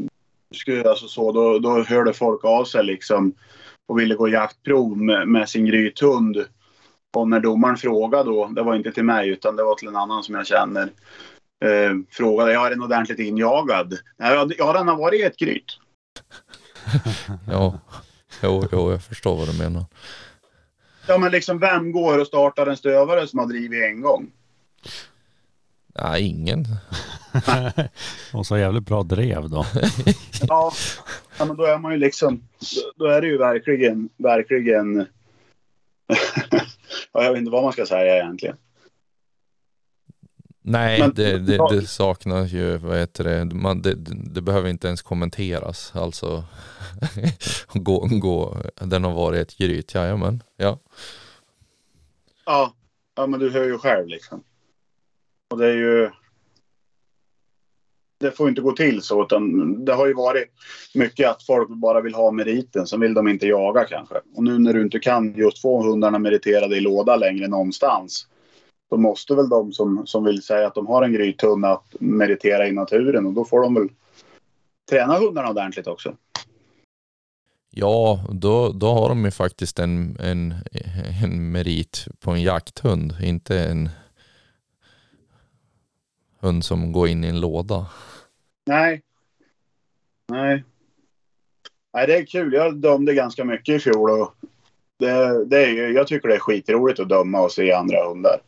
då hörde folk av sig liksom och ville gå jaktprov med sin grythund. Och när domaren frågade då, det var inte till mig utan det var till en annan som jag känner, frågade, jag är den ordentligt injagad? Ja, den har varit i ett gryt. Jo, jag förstår vad du menar. Ja, men liksom, vem går och startar en stövare som har drivit en gång? Nej, ingen. Och så jävligt bra drev då. Ja, men då är man ju liksom, då är det ju verkligen ja, jag vet inte vad man ska säga egentligen. Nej, men det saknas ju, vad heter det? Det behöver inte ens kommenteras. Alltså, den har varit ett gryt, jajamän. Ja. Ja, men du hör ju själv liksom. Och det är ju, det får inte gå till så, utan det har ju varit mycket att folk bara vill ha meriten, så vill de inte jaga kanske. Och nu när du inte kan just få hundarna meriterade i låda längre någonstans, då måste väl de som vill säga att de har en grythund att meritera i naturen, och då får de väl träna hundarna ordentligt också. Ja, då har de ju faktiskt en merit på en jakthund, inte en hund som går in i en låda. Nej, det är kul. Jag dömde ganska mycket i fjol, och jag tycker det är skitroligt att döma och se andra hundar.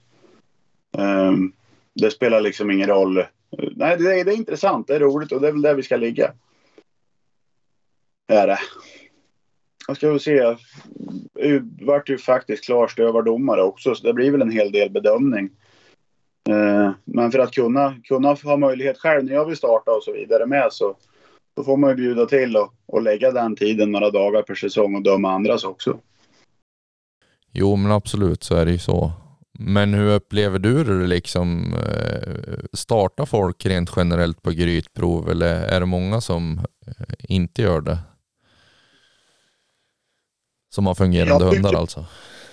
Det spelar liksom ingen roll. Nej, det är intressant, det är roligt, och det är väl där vi ska ligga. Det är det. Jag ska väl se. Jag vart ju faktiskt klar stövardomare också, så det blir väl en hel del bedömning. Men för att kunna ha möjlighet själv när jag vill starta och så vidare med, så då får man ju bjuda till och lägga den tiden några dagar per säsong och döma andras också. Jo, men absolut, så är det ju så. Men hur upplever du det liksom? Startar folk rent generellt på grytprov, eller är det många som inte gör det? Som har fungerande hundar alltså?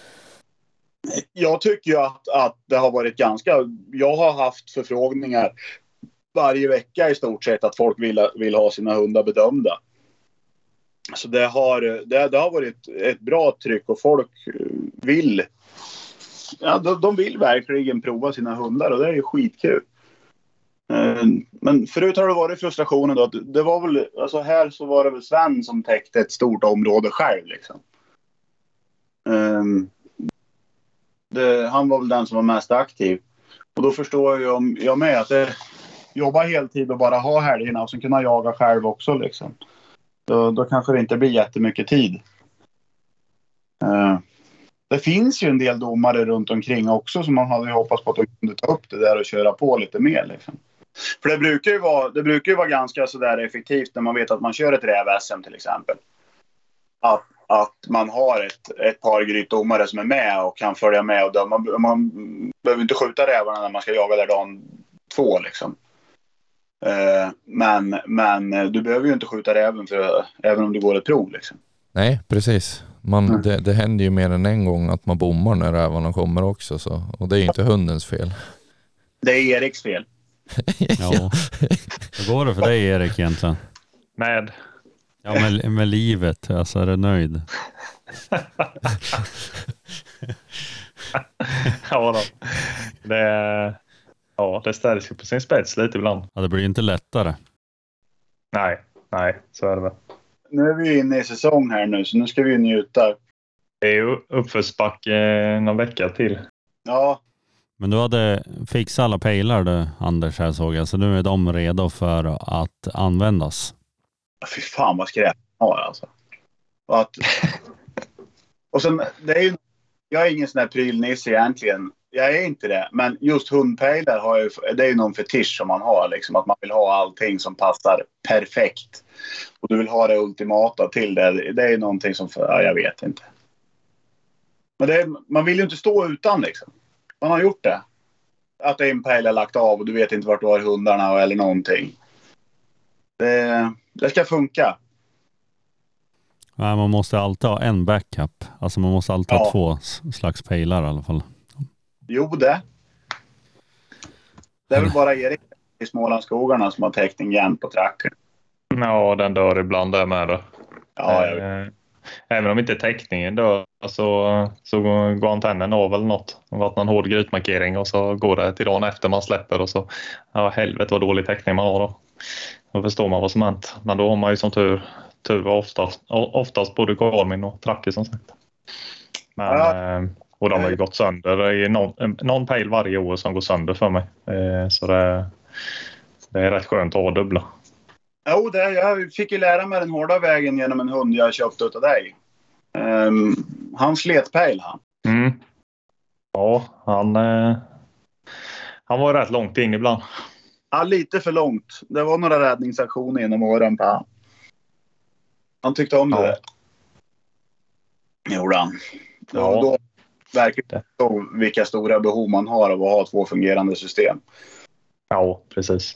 Jag tycker ju att det har varit ganska... Jag har haft förfrågningar varje vecka i stort sett att folk vill ha sina hundar bedömda. Så det har varit ett bra tryck, och folk vill... Ja, de vill verkligen prova sina hundar, och det är ju skitkul. Men förut har det varit frustrationen då, att det var väl... Alltså här så var det väl Sven som täckte ett stort område själv liksom. Han var väl den som var mest aktiv. Och då förstår jag med att jobba heltid och bara ha helgerna och sen kunna jaga själv också liksom. Då kanske det inte blir jättemycket tid. Det finns ju en del domare runt omkring också som man hade hoppats på att de kunde ta upp det där och köra på lite mer liksom. För det brukar ju vara ganska sådär effektivt när man vet att man kör ett räv-SM till exempel. Att man har ett par grytdomare som är med och kan följa med och döma. Man behöver inte skjuta rävarna när man ska jaga där dagen 2 liksom. Men du behöver ju inte skjuta räven även om du går ett prov liksom. Nej, precis. Det händer ju mer än en gång att man bommar när rävarna kommer också. Så. Och det är ju inte hundens fel. Det är Eriks fel. Ja. Hur går det för dig, Erik, egentligen? Ja, med livet. Alltså, är du nöjd? Ja då. Det ställs ju på sin spets lite ibland. Ja, det blir inte lättare. Nej, så är det väl. Nu är vi inne i säsong här nu, så nu ska vi njuta. Det är ju uppförsbacke någon vecka till. Ja. Men du hade fixat alla pejlar du, Anders, här såg jag. Så nu är de redo för att användas. Fy fan vad skräp har alltså. Och sen, det är ju, jag är ingen sån här prylnisse egentligen. Jag är inte det. Men just hundpejlar det är ju någon fetisch som man har. Liksom, att man vill ha allting som passar perfekt. Och du vill ha det ultimata till det. Det är ju någonting som, jag vet inte. Men man vill ju inte stå utan liksom. Man har gjort det. Att en pejl är lagt av och du vet inte vart du har hundarna eller någonting. Det ska funka. Nej, man måste alltid ha en backup. Alltså man måste alltid ha 2 slags pejlar i alla fall. Jo, det är väl bara Erik i Smålandsskogarna som har täckning jämt på tracken. Ja, den dör ibland där med då. Ja, även om inte täckningen dör så går antennen av eller något. Det har varit någon hård grytmarkering och så går det till dagen efter man släpper och så helvete vad dålig täckning man har då. Då förstår man vad som hänt. Men då har man ju som tur oftast både Garmin och Tracker som sagt. Men, och de har ju gått sönder. Det är någon pejl varje år som går sönder för mig. Så det är rätt skönt att ha dubbla. Jo, jag fick ju lära mig den hårda vägen genom en hund jag köpte utav dig. Han slet pejl han. Mm. Ja, han var rätt långt in ibland. Ja, lite för långt. Det var några räddningsaktioner inom åren på han. Han tyckte om det. Gjorde han. Då verkligen vilka stora behov man har av att ha 2 fungerande system. Ja, precis.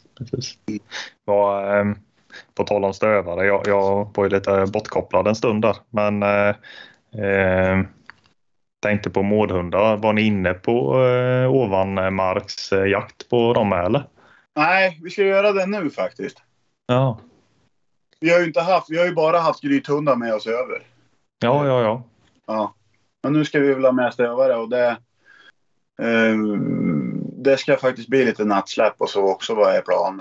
På tal om stövare, jag var ju lite bortkopplad en stund där. Men tänkte på mårdhundar. Var ni inne på ovanmarksjakt på dem eller? Nej, vi ska göra det nu faktiskt. Ja. Vi har ju bara haft grythundar med oss över. Ja. Ja. Men nu ska vi väl ha med stövare och det ska faktiskt bli lite nattsläpp och så också, vad är planen.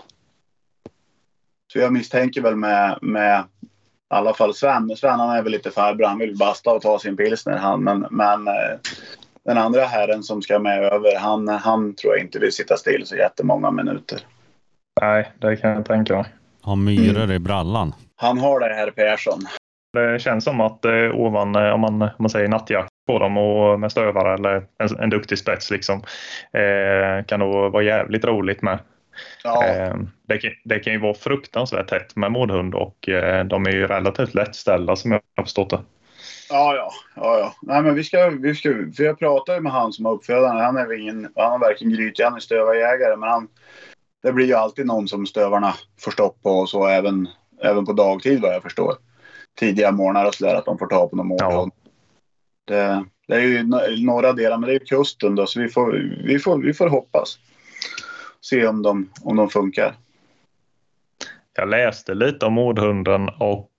Så jag misstänker väl med i alla fall Sven han är väl lite farbror, han vill basta och ta sin pilsner men den andra herren som ska med över, han tror jag inte vill sitta still så jättemånga minuter. Nej, det kan jag tänka mig. Har myror i brallan. Han har det här Persson. Det känns som att om man säger nattjakt på dem och med stövare eller en duktig spets liksom, kan nog vara jävligt roligt med. Ja. Det kan ju vara fruktansvärt tätt med mårdhund och de är ju relativt lättställda som jag har förstått det. Ja. Nej, men vi ska, för jag pratade ju med han som har uppfödaren. Han har verkligen gryt, han är stövarjägare, men det blir ju alltid någon som stövarna får stopp på och så även på dagtid vad jag förstår. Tidiga morgnar och sådär att de får ta på någon mårdhund. Ja. Det är ju norra delar, men det är ju kusten då, så vi får hoppas. Se om de funkar. Jag läste lite om mårdhunden och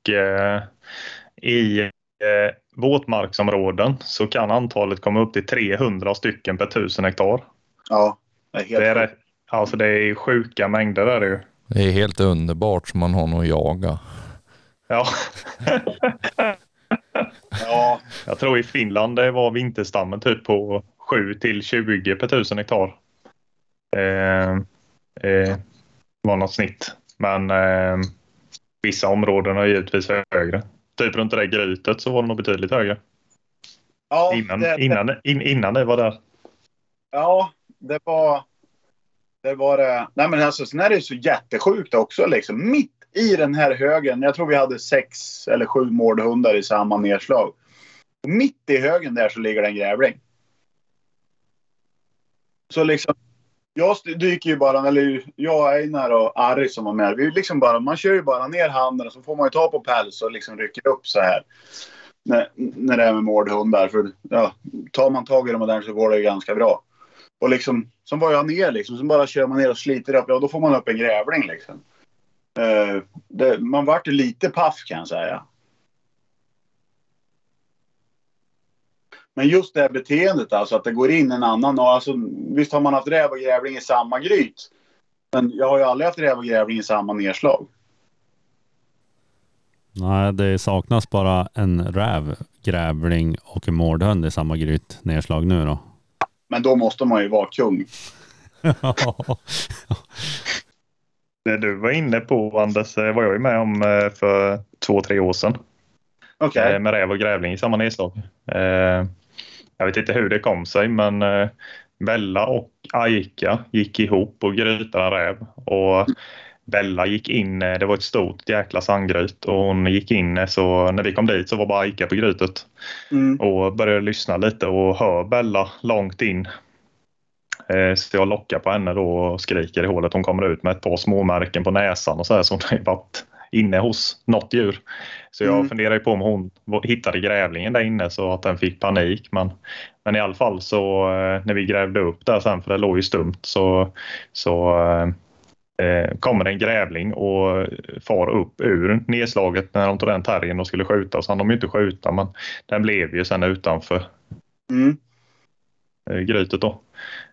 i våtmarksområden så kan antalet komma upp till 300 stycken per 1000 hektar. Ja, det är helt det är sjuka mängder där ju. Det är helt underbart som man har något att jaga. Ja. Ja. Jag tror i Finland det var vinterstammen typ på 7-20 per 1000 hektar. Var något snitt. Men vissa områden är givetvis högre. Typ runt det där grytet så var det nog betydligt högre. Ja, innan det var där. Ja, det var det. Nej, men alltså sen är det så jättesjukt också liksom. Mitt i den här högen, jag tror vi hade 6 eller 7 mårdhundar i samma nedslag. Och mitt i högen där så ligger det en grävling. Så liksom jag dyker ju bara, eller jag, Einar och Ari som var med. Vi liksom bara, man kör ju bara ner handen och så får man ju ta på päls och liksom rycker upp så här. När det är med mårdhundar. För ja, tar man tag i dem där så går det ju ganska bra. Och liksom, så var jag ner liksom, så bara kör man ner och sliter upp. Ja, då får man upp en grävling liksom. Man vart lite paff kan jag säga. Men just det här beteendet, alltså att det går in en annan. Och alltså, visst har man haft räv och grävling i samma gryt. Men jag har ju aldrig haft räv och grävling i samma nedslag. Nej, det saknas bara en räv, grävling och en mårdhund i samma gryt nedslag nu då. Men då måste man ju vara kung. Det du var inne på, Anders, var jag ju med om för 2-3 år sedan. Okay. Med räv och grävling i samma nedslag. Jag vet inte hur det kom sig, men Bella och Aika gick ihop och grytade en räv. Och Bella gick in, det var ett stort jäkla sandgryt, och hon gick in, så när vi kom dit så var bara Aika på grytet. Och började lyssna lite och hör Bella långt in. Så jag lockar på henne då och skriker i hålet. Hon kommer ut med ett par småmärken på näsan och så här, så hon har varit inne hos något djur. Så jag funderar ju på om hon hittade grävlingen där inne så att den fick panik. Men i alla fall så när vi grävde upp där sen, för det låg ju stumt, så kommer en grävling och far upp ur nedslaget när de tog den terriern och skulle skjuta. Så han de ju inte skjuta, men den blev ju sen utanför grytet då.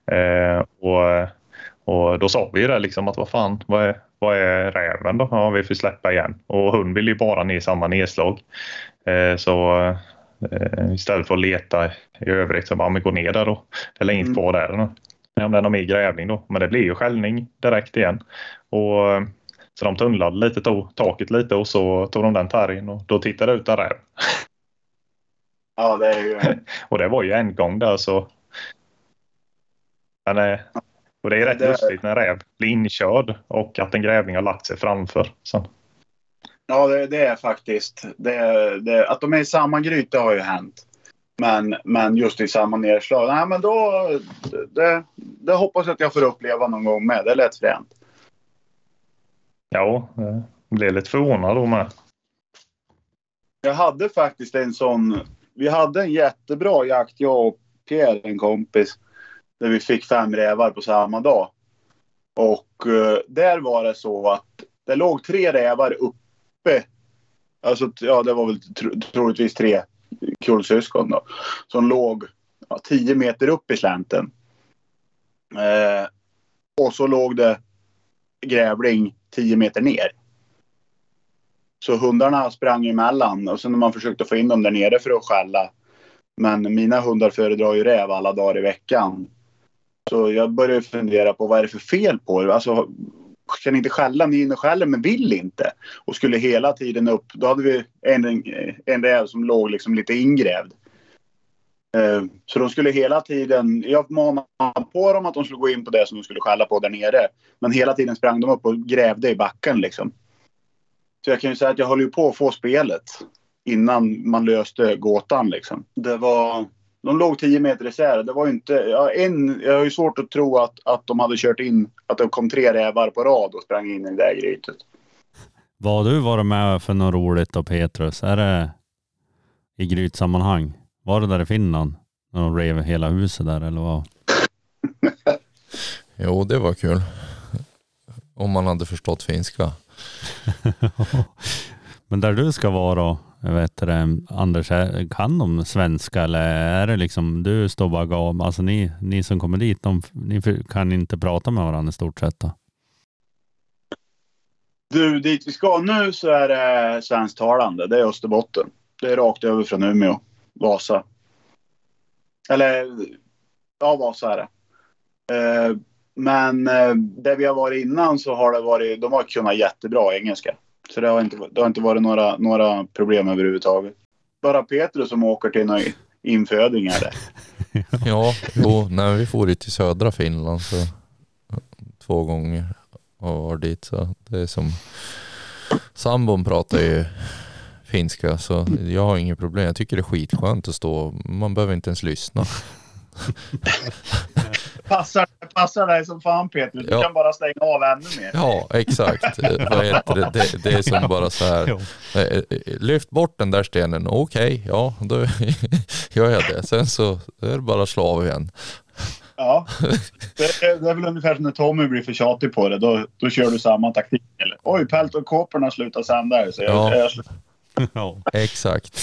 Och då sa vi ju det liksom att vad är räven då? Ja, vi får släppa igen. Och hon vill ju bara ner samma nedslag. Så istället för att leta i övrigt så bara, men gå ner där då. Det är inget kvar där. Om det är någon mer grävning då. Men det blir ju skällning direkt igen. Och så de tunnlade lite, tog taket lite och så tog de den terriern och då tittade det ut en räv. Ja, det är ju... Och det var ju en gång där så... Men, och det är rätt lustigt när en räv blir inkörd och att en grävling har lagt sig framför. Så. Ja, det är faktiskt. Att de är i samma gryta har ju hänt. Men just i samma nedslag. Nej, men då... Det hoppas jag att jag får uppleva någon gång med. Det är lätt fränt. Ja, det blir lite förvånad då med. Jag hade faktiskt en sån vi hade en jättebra jakt, jag och Pierre, en kompis, där vi fick 5 rävar på samma dag. Och där var det så att det låg 3 rävar uppe. Alltså, ja, det var väl troligtvis 3 kullsyskon då. Som låg 10 meter upp i slänten. Och så låg det grävling 10 meter ner. Så hundarna sprang emellan. Och sen när man försökte få in dem där nere för att skälla. Men mina hundar föredrar ju räv alla dagar i veckan. Så jag började fundera på vad är det för fel på det. Alltså, kan inte skälla, ni in och skäller men vill inte. Och skulle hela tiden upp. Då hade vi en räv som låg liksom lite ingrävd. Så de skulle hela tiden, jag manade på dem att de skulle gå in på det som de skulle skälla på där nere. Men hela tiden sprang de upp och grävde i backen liksom. Så jag kan ju säga att jag höll ju på att få spelet innan man löste gåtan liksom. Det var, de låg 10 meter isär. Det var ju inte, jag har ju svårt att tro att de hade kört in, att det kom 3 rävar på rad och sprang in i det där grytet. Vad har du varit med för något roligt då, Petrus? Är det i grytsammanhang? Var det där i Finland? När de rev hela huset där eller vad? Jo, det var kul. Om man hade förstått finska. Men där du ska vara då, Anders, kan de svenska eller är det liksom, du står bara gav, alltså ni som kommer dit, ni kan inte prata med varandra i stort sett då? Du, dit vi ska nu så är det svensktalande, det är Österbotten. Det är rakt över från Umeå, Vasa. Eller, ja, Vasa är det. Men där vi har varit innan så har det varit, de har kunnat jättebra engelska. Så det har inte varit några problem överhuvudtaget. Bara Petrus som åker till några infödingar där. Ja, när vi får till södra Finland så 2 gånger och var dit, så det är som sambon pratar ju finska, så jag har inget problem. Jag tycker det är skitskönt att stå, man behöver inte ens lyssna. Passar dig som fan, Peter. Du kan bara stänga av ännu mer. Ja, exakt. Vad heter det? Det är som bara så här. Lyft bort den där stenen. Okej, ja, då gör jag det. Sen så är det bara slå av igen. Ja, det är väl ungefär som när Tommy blir för tjatig på det. Då kör du samma taktik. Eller, oj, pält och kåporna slutar sända. Så ja, exakt.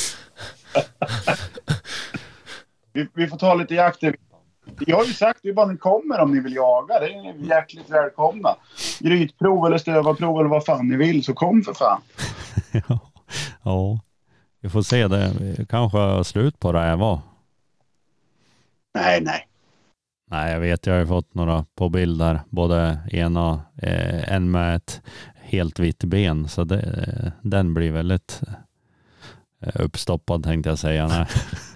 Vi får ta lite jakt. Jag har ju sagt, det är bara ni kommer om ni vill jaga. Det är hjärtligt välkomna. Grytprov eller stövarprov eller vad fan ni vill, så kom för fan. Ja, vi får se det. Vi kanske har slut på det här, va? Nej. Nej, jag vet. Jag har ju fått några på bild där. Både en med ett helt vitt ben. Så den blir väldigt uppstoppad, tänkte jag säga. Nej.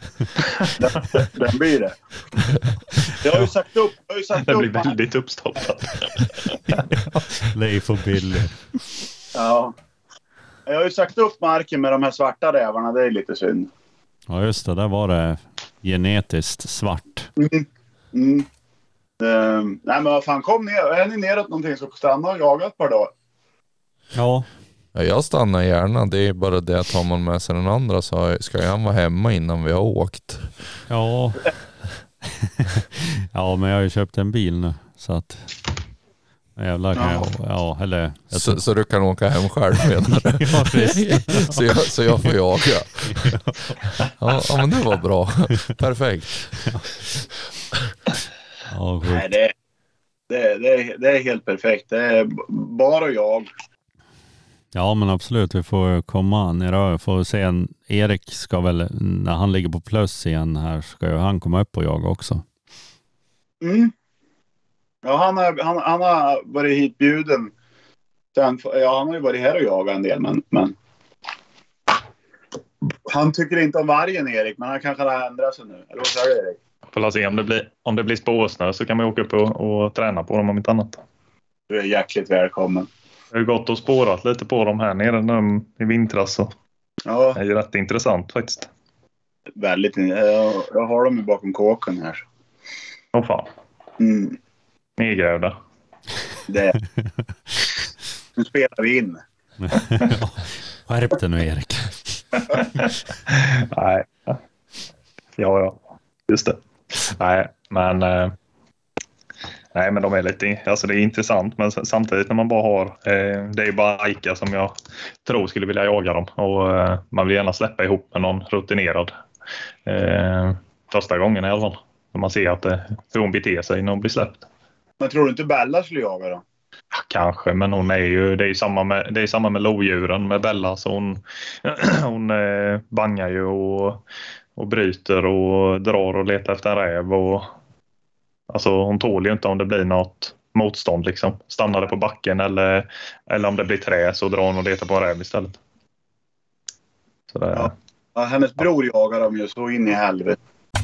Den blir det. Jag har ju sagt upp. Den blir väldigt uppstoppad. Leif och Billy. Ja. Jag har ju sagt upp marken med de här svarta rävarna. Det är lite synd. Ja, just det. Där var det genetiskt svart. Nej, men vad fan, kom ner. Är ni neråt någonting så stanna och jaga ett par dagar. Ja. Jag stannar gärna. Det är bara det att tar man med sig den andra så ska jag vara hemma innan vi har åkt. Ja. Ja, men jag har ju köpt en bil nu. Så att jävlar kan jag, eller... Så du kan åka hem själv menar du? Ja, precis. så jag får jaga. Ja, men det var bra. Perfekt. Ja, nej, det är helt perfekt. Det är bara jag. Ja, men absolut. Vi får komma ner och få se. Erik ska väl, när han ligger på plus igen här, ska ju han komma upp och jaga också. Ja, han har varit hitbjuden. Han har ju varit här och jagat en del, men han tycker inte om vargen, Erik, men han kanske har ändrat sig nu. Eller vad säger du, Erik? Får se om det blir spårsnö så kan man åka upp och träna på dem om inte annat. Du är hjärtligt välkommen. Jag har gått och spårat lite på dem här nere nu i vintras. Så. Ja. Det är ju rätt intressant faktiskt. Väldigt. Jag har dem bakom kåken här. Åh fan. Nedgrävda. Det. Nu spelar vi in. Skärp dig nu, Erik. Nej. Ja, just det. Nej, men de är lite, alltså det är intressant, men samtidigt när man bara har, det är ju bara Ica som jag tror skulle vilja jaga dem, och man vill gärna släppa ihop med någon rutinerad första gången i alla fall, när man ser att hur hon beter sig när hon blir släppt. Men tror du inte Bella skulle jaga då? Ja, kanske, men hon är ju, det är samma med lodjuren med Bella, så hon bangar ju och bryter och drar och letar efter en räv, och alltså hon tål ju inte om det blir något motstånd liksom. Stannar det på backen eller om det blir trä, så drar hon och letar på en räv istället. Så det, ja, hennes bror jagar dem ju så in i helvete.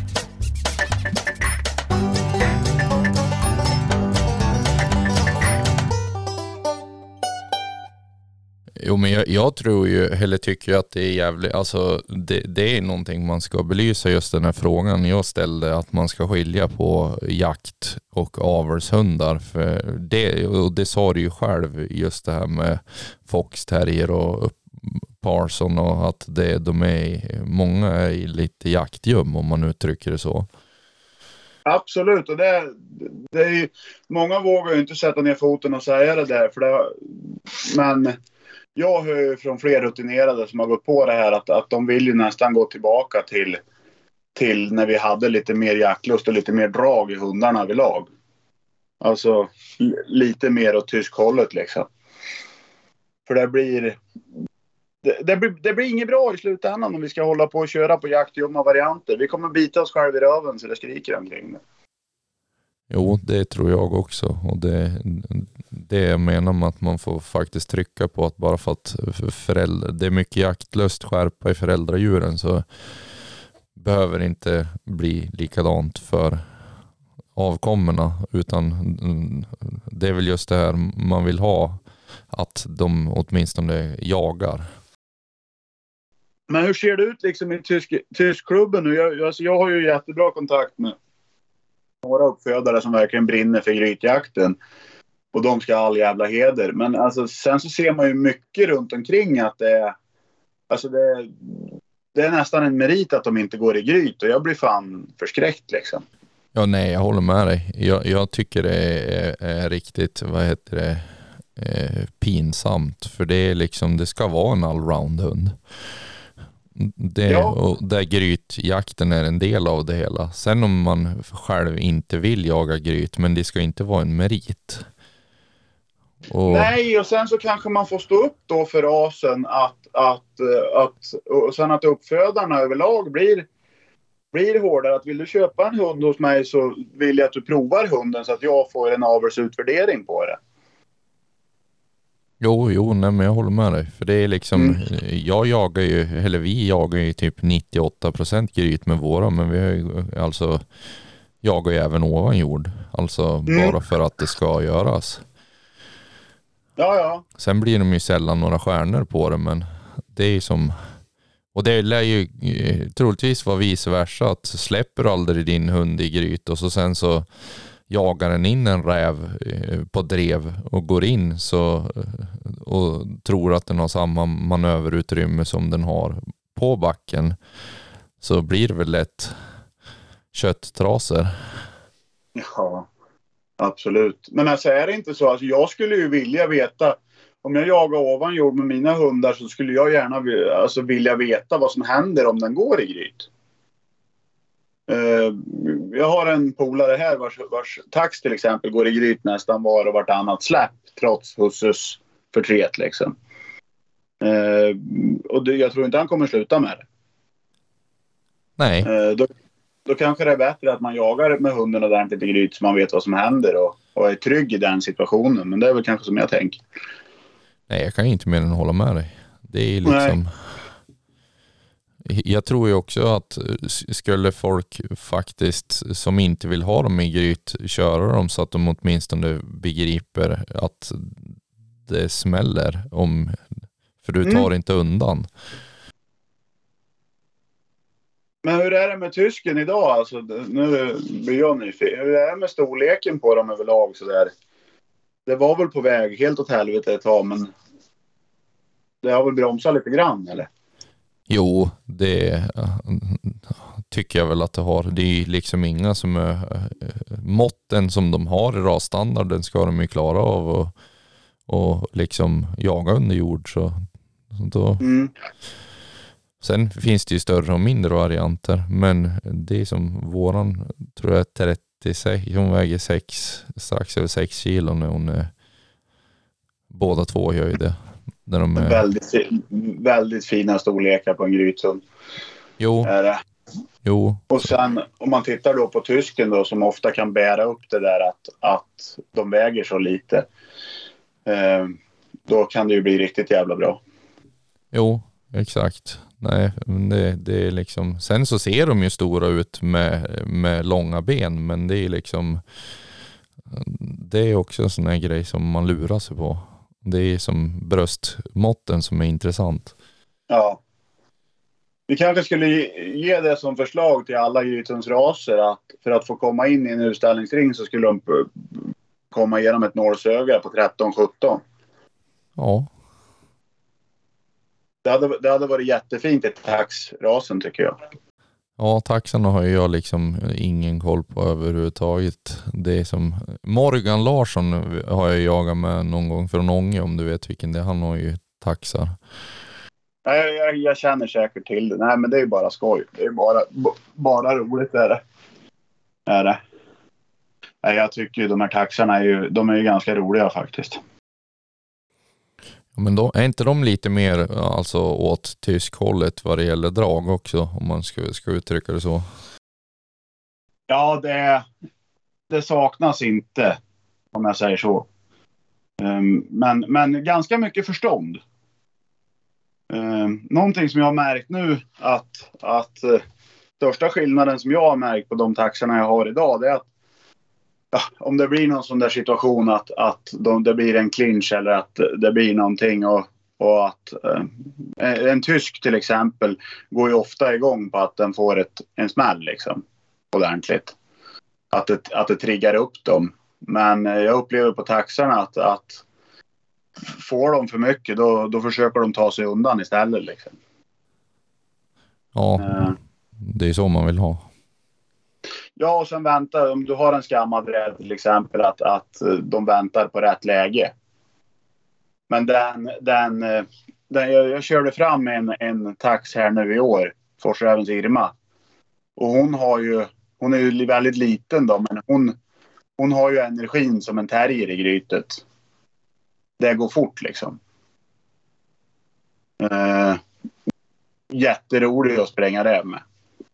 Jo, men jag tror ju, eller tycker ju att det är jävligt, alltså det är någonting man ska belysa, just den här frågan jag ställde, att man ska skilja på jakt och avelshundar, för det sa du ju själv, just det här med Fox Terrier och Parson, och att många är lite jaktgöm, om man uttrycker det så. Absolut, och det är ju, många vågar ju inte sätta ner foten och säga det där, men jag hör ju från fler rutinerade som har gått på det här att de vill ju nästan gå tillbaka till när vi hade lite mer jaktlust och lite mer drag i hundarna överlag. Alltså lite mer åt tyskhållet liksom. För det blir inget bra i slutändan om vi ska hålla på och köra på jaktjumma varianter. Vi kommer bita oss själva i röven så det skriker omkring det. Jo, det tror jag också, och det jag menar med att man får faktiskt trycka på att bara för att det är mycket jaktlust skärpa i föräldradjuren, så behöver det inte bli likadant för avkommorna, utan det är väl just det här man vill ha, att de åtminstone jagar. Men hur ser det ut liksom i tyskklubben nu? Jag har ju jättebra kontakt med några uppfödare som verkligen brinner för grytjakten. Och de ska ha all jävla heder. Men alltså, sen så ser man ju mycket runt omkring att det är nästan en merit att de inte går i gryt. Och jag blir fan förskräckt liksom. Ja, nej, jag håller med dig. Jag tycker det är riktigt, pinsamt. För det är liksom, det ska vara en allround-hund. Och där grytjakten är en del av det hela. Sen om man själv inte vill jaga gryt, men det ska inte vara en merit. Nej, och sen så kanske man får stå upp då för rasen och sen att uppfödarna överlag blir hårdare. Att vill du köpa en hund hos mig så vill jag att du provar hunden så att jag får en avelsutvärdering på det. Jo, nej, men jag håller med dig. För det är liksom, vi jagar ju typ 98% gryt med våra, men vi har ju, alltså, jagar ju även ovan jord. Alltså bara för att det ska göras. Ja. Sen blir de ju sällan några stjärnor på det, men det är ju som, och det lär ju troligtvis vara vice versa, att släpper aldrig din hund i gryt och så sen så jagar den in en räv på drev och går in och tror att den har samma manöverutrymme som den har på backen, så blir det väl lätt kötttraser. Ja, absolut. Men alltså är det inte så, alltså jag skulle ju vilja veta, om jag jagar ovan jord med mina hundar så skulle jag gärna vilja veta vad som händer om den går i gryt. Jag har en polare här vars tax till exempel går i gryt nästan var och vartannat släpp trots husses förtret liksom. Och jag tror inte han kommer sluta med det. Nej. Då kanske det är bättre att man jagar med hunden ordentligt i gryt så man vet vad som händer och är trygg i den situationen. Men det är väl kanske som jag tänker. Nej, jag kan inte mer än hålla med dig. Det är liksom... Nej. Jag tror ju också att skulle folk faktiskt som inte vill ha dem i gryt köra dem så att de åtminstone begriper att det smäller för du tar inte undan. Men hur är det med tysken idag? Alltså, nu blir jag nyfiken. Hur är det med storleken på dem överlag? Så där? Det var väl på väg helt åt helvete ett tag, men det har väl bromsat lite grann, eller? Jo, tycker jag väl att det har. Det är liksom inga som är måtten som de har i rasstandarden ska de ju klara av och liksom jaga under jord. Så då. Sen finns det ju större och mindre varianter, men det är som våran, tror jag, 36, hon väger strax över 6 kilo när hon är, båda två gör ju det. När de är... väldigt fina storlekar på en grythund. Jo. Och sen om man tittar då på tysken då, som ofta kan bära upp det där att de väger så lite, då kan det ju bli riktigt jävla bra. Jo, exakt. Nej, det är liksom, sen så ser de ju stora ut med långa ben, men det är liksom, det är också en sån här grej som man lurar sig på. Det är som bröstmåtten som är intressant. Ja. Vi kanske skulle ge det som förslag till alla grythundsraser, att för att få komma in i en utställningsring så skulle de komma igenom ett nålsöga på 13-17. Ja. Det hade varit jättefint i taxrasen, tycker jag. Ja, taxarna har jag liksom ingen koll på överhuvudtaget. Det är som Morgan Larsson har jag jagat med någon gång från Ånge, om du vet vilken det är. Han har ju taxar. Nej, jag känner säkert till det. Nej, men det är ju bara skoj. Det är bara roligt är det. Nej, jag tycker ju de här taxarna de är ju ganska roliga faktiskt. Men då, är inte de lite mer alltså åt tyskhållet vad det gäller drag också, om man ska uttrycka det så? Ja, det saknas inte, om jag säger så. Men ganska mycket förstånd. Någonting som jag har märkt nu att största skillnaden som jag har märkt på de taxarna jag har idag, det är att om det blir någon sån där situation att det blir en clinch eller att det blir någonting och att en tysk till exempel går ju ofta igång på att den får en smäll liksom ordentligt. Att det triggar upp dem. Men jag upplever på taxarna att får de för mycket då försöker de ta sig undan istället liksom. Ja, det är så man vill ha. Ja, och sen väntar, om du har en skammad rädd till exempel, att de väntar på rätt läge. Men jag körde fram en tax här nu i år, Forsrävens Irma. Och hon är ju väldigt liten då, men hon har ju energin som en terrier i grytet. Det går fort liksom. Jätteroligt att spränga räv med.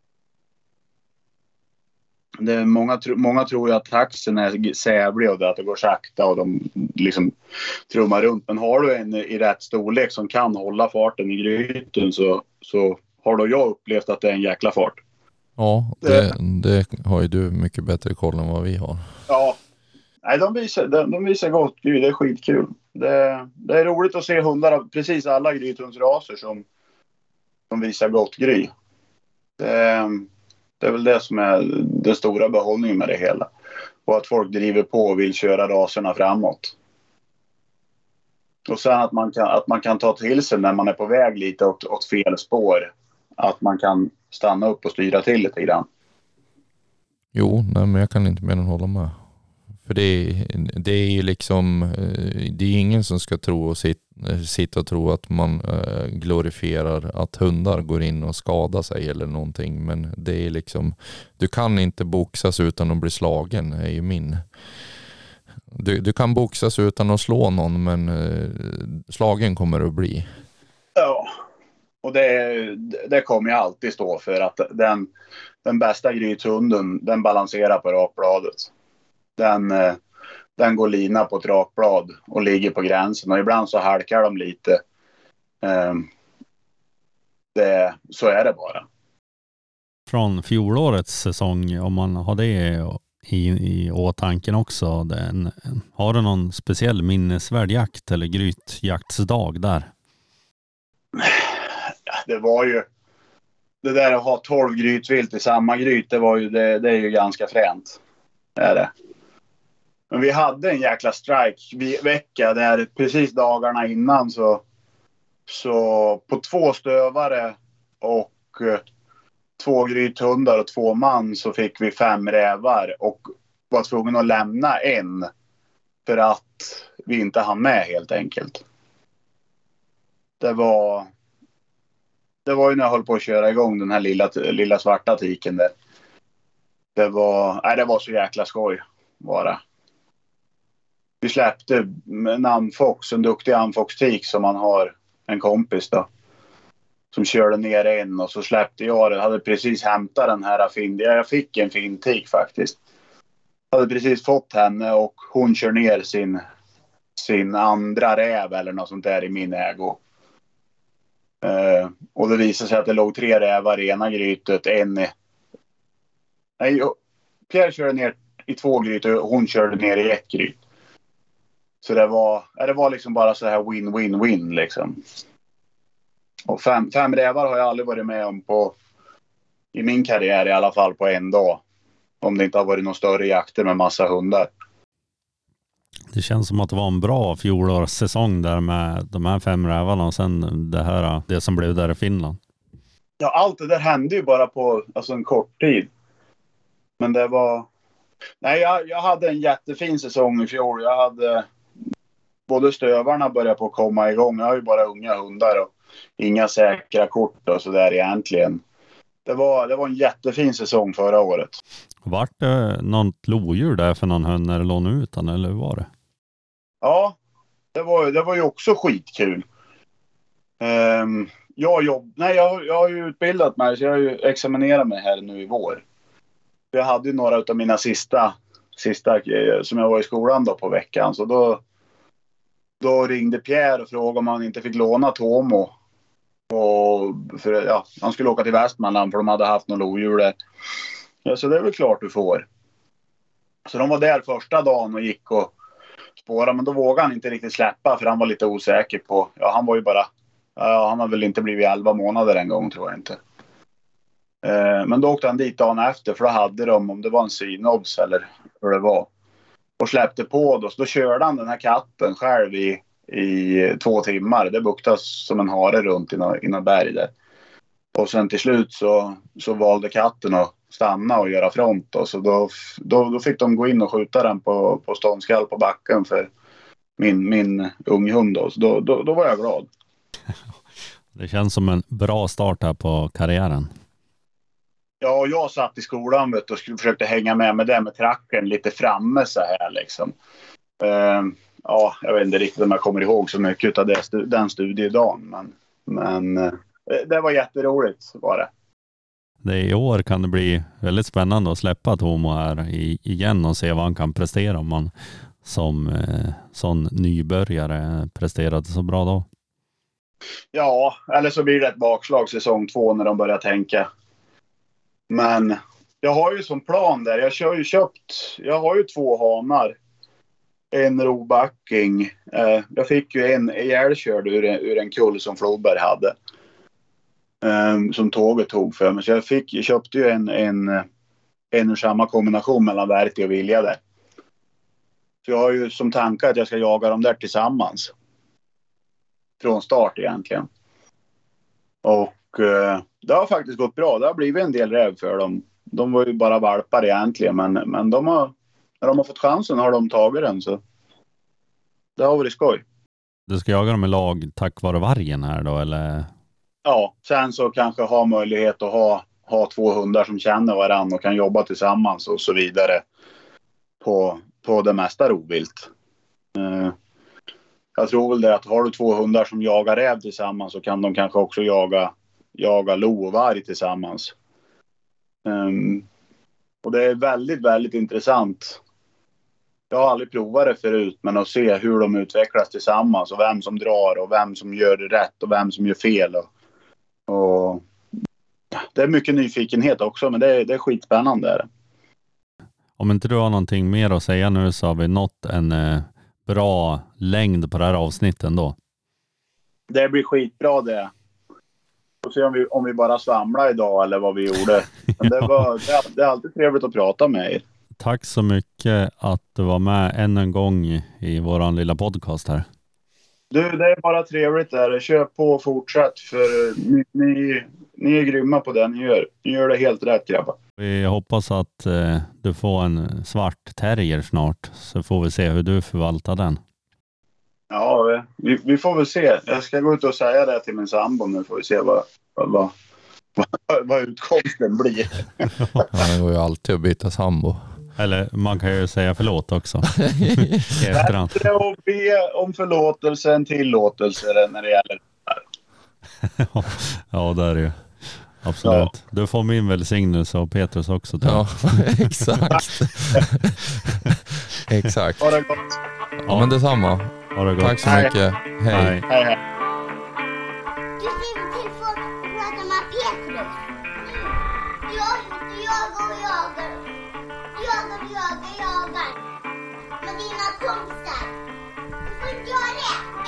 Många tror ju att taxen är sävlig och att det går sakta och de liksom trummar runt. Men har du en i rätt storlek som kan hålla farten i gryten så har då jag upplevt att det är en jäkla fart. Ja, det har ju du mycket bättre koll än vad vi har. Ja, nej, de visar gott. Gud, det är skitkul. Det är roligt att se hundar av precis alla grythundsraser som visar gott gry. Det är väl det som är den stora behållningen med det hela. Och att folk driver på och vill köra raserna framåt. Och sen att man kan ta till sig när man är på väg lite åt fel spår. Att man kan stanna upp och styra till lite grann. Jo, nej, men jag kan inte mer än hålla med. För det är ju liksom, det är ingen som ska tro och sitta och tro att man glorifierar att hundar går in och skadar sig eller någonting. Men det är liksom, du kan inte boxas utan att bli slagen, är ju min. Du kan boxas utan att slå någon, men slagen kommer att bli. Ja, och det kommer jag alltid stå för, att den bästa grythunden, den balanserar på rakbladet. Den går lina på ett rakblad och ligger på gränsen. Och ibland så halkar de lite. Så är det bara. Från fjolårets säsong, om man har det i åtanken också. Har du någon speciell minnesvärd jakt eller grytjaktsdag där? Det var ju... Det där att ha 12 grytvilt i samma gryt, det är ju ganska fränt. Det är det. Men vi hade en jäkla strike-vecka där precis dagarna innan så på 2 stövare och 2 grythundar och 2 man så fick vi 5 rävar och var tvungna att lämna en för att vi inte hann med helt enkelt. Det var ju när jag höll på att köra igång den här lilla svarta tiken där. Det var så jäkla skoj bara. Vi släppte en amfox, en duktig amfox-tik som man har en kompis då. Som körde ner en och så släppte jag det. Hade precis hämtat den här jag fick en fin tik faktiskt. Hade precis fått henne och hon kör ner sin andra räv eller något sånt där i min ägo. Och det visade sig att det låg 3 rävar i ena grytet. Pierre körde ner i 2 gryt och hon körde ner i 1 gryt. Så det var liksom bara så här win liksom. Och 5 rävar har jag aldrig varit med om i min karriär i alla fall på en dag. Om det inte har varit någon större jakter med massa hundar. Det känns som att det var en bra fjolårssäsong där med de här 5 rävarna och sen det som blev där i Finland. Ja, allt det där hände ju bara på en kort tid. Men det var... Nej, jag hade en jättefin säsong i fjol. Jag hade... Både stövarna började på att komma igång. Jag har ju bara unga hundar och inga säkra kort och sådär egentligen. Det var en jättefin säsong förra året. Vart det något lodjur där för någon hund när det låg ut den, eller hur var det? Ja, det var ju också skitkul. Jag har ju utbildat mig så jag har ju examinerat mig här nu i vår. Jag hade ju några av mina sista som jag var i skolan då på veckan. Så då ringde Pierre och frågade om han inte fick låna Tomo. Han skulle åka till Västmanland för de hade haft någon lodjur där. Ja, så det är väl klart du får. Så de var där första dagen och gick och spårade. Men då vågade han inte riktigt släppa för han var lite osäker på... Ja, han var ju bara... Ja, han har väl inte blivit 11 månader en gång tror jag inte. Men då åkte han dit dagen efter för då hade de, om det var en synobs eller hur det var. Och släppte på då. Så då körde han den här katten själv i 2 timmar. Det buktas som en hare runt i någon berg där. Och sen till slut så valde katten att stanna och göra front. Då. Så då fick de gå in och skjuta den på ståndskall på backen för min unghund. Då. Så då var jag glad. Det känns som en bra start här på karriären. Ja, jag satt i skolan och försökte hänga med det med tracken lite framme så här liksom. Ja, jag vet inte riktigt om jag kommer ihåg så mycket av den studiedagen. Men det var jätteroligt var det. I år kan det bli väldigt spännande att släppa Tomo här igen och se vad han kan prestera om man som sån nybörjare presterade så bra då. Ja, eller så blir det ett bakslag säsong 2 när de börjar tänka. Men jag har ju som plan där. Jag har ju 2 hanar. En robacking. Jag fick ju en ihjälkörd ur en kull som Flodberg hade. Som tåget tog för mig. Så jag köpte ju en ur samma kombination mellan Verti och Vilja där. Så jag har ju som tanke att jag ska jaga dem där tillsammans. Från start egentligen. Och det har faktiskt gått bra. Det har blivit en del räv för dem. De var ju bara valpar egentligen. Men när de har fått chansen har de tagit den. Så det har varit skoj. Du ska jaga dem i lag tack vare vargen här då, eller? Ja, sen så kanske ha möjlighet att ha 2 hundar som känner varandra och kan jobba tillsammans och så vidare på det mesta rovvilt. Jag tror väl det att har du 2 hundar som jagar räv tillsammans så kan de kanske också jaga lo och varg tillsammans. Och det är väldigt, väldigt intressant. Jag har aldrig provat det förut, men att se hur de utvecklas tillsammans och vem som drar och vem som gör det rätt och vem som gör fel. Och det är mycket nyfikenhet också, men det är skitspännande. Om inte du har någonting mer att säga nu så har vi nått en bra längd på det här avsnittet då. Det blir skitbra det. Och se om vi bara svamlar idag eller vad vi gjorde. Men det är alltid trevligt att prata med er. Tack så mycket att du var med än en gång i våran lilla podcast här. Du, det är bara trevligt där. Kör på och fortsätt. För ni är grymma på det ni gör. Ni gör det helt rätt, grabbar. Vi hoppas att du får en svart terrier snart. Så får vi se hur du förvaltar den. Ja, vi får väl se. Jag ska gå ut och säga det till min sambo nu. Får vi se vad utkomsten blir. Ja, det går ju alltid att byta sambo. Eller man kan ju säga förlåt också. Bättre att be om förlåtelse än tillåtelse när det gäller det här. Ja, det är det ju. Absolut. Ja. Du får min välsignelse och Petrus också. Ja, exakt. Exakt. Ha det gott. Ja, men detsamma. Ha det gott. Tack så mycket. Hej. Hej. Du ser till för att prata med Petrus. Du jagar. Jagar. Med dina kompisar. Du får inte göra det.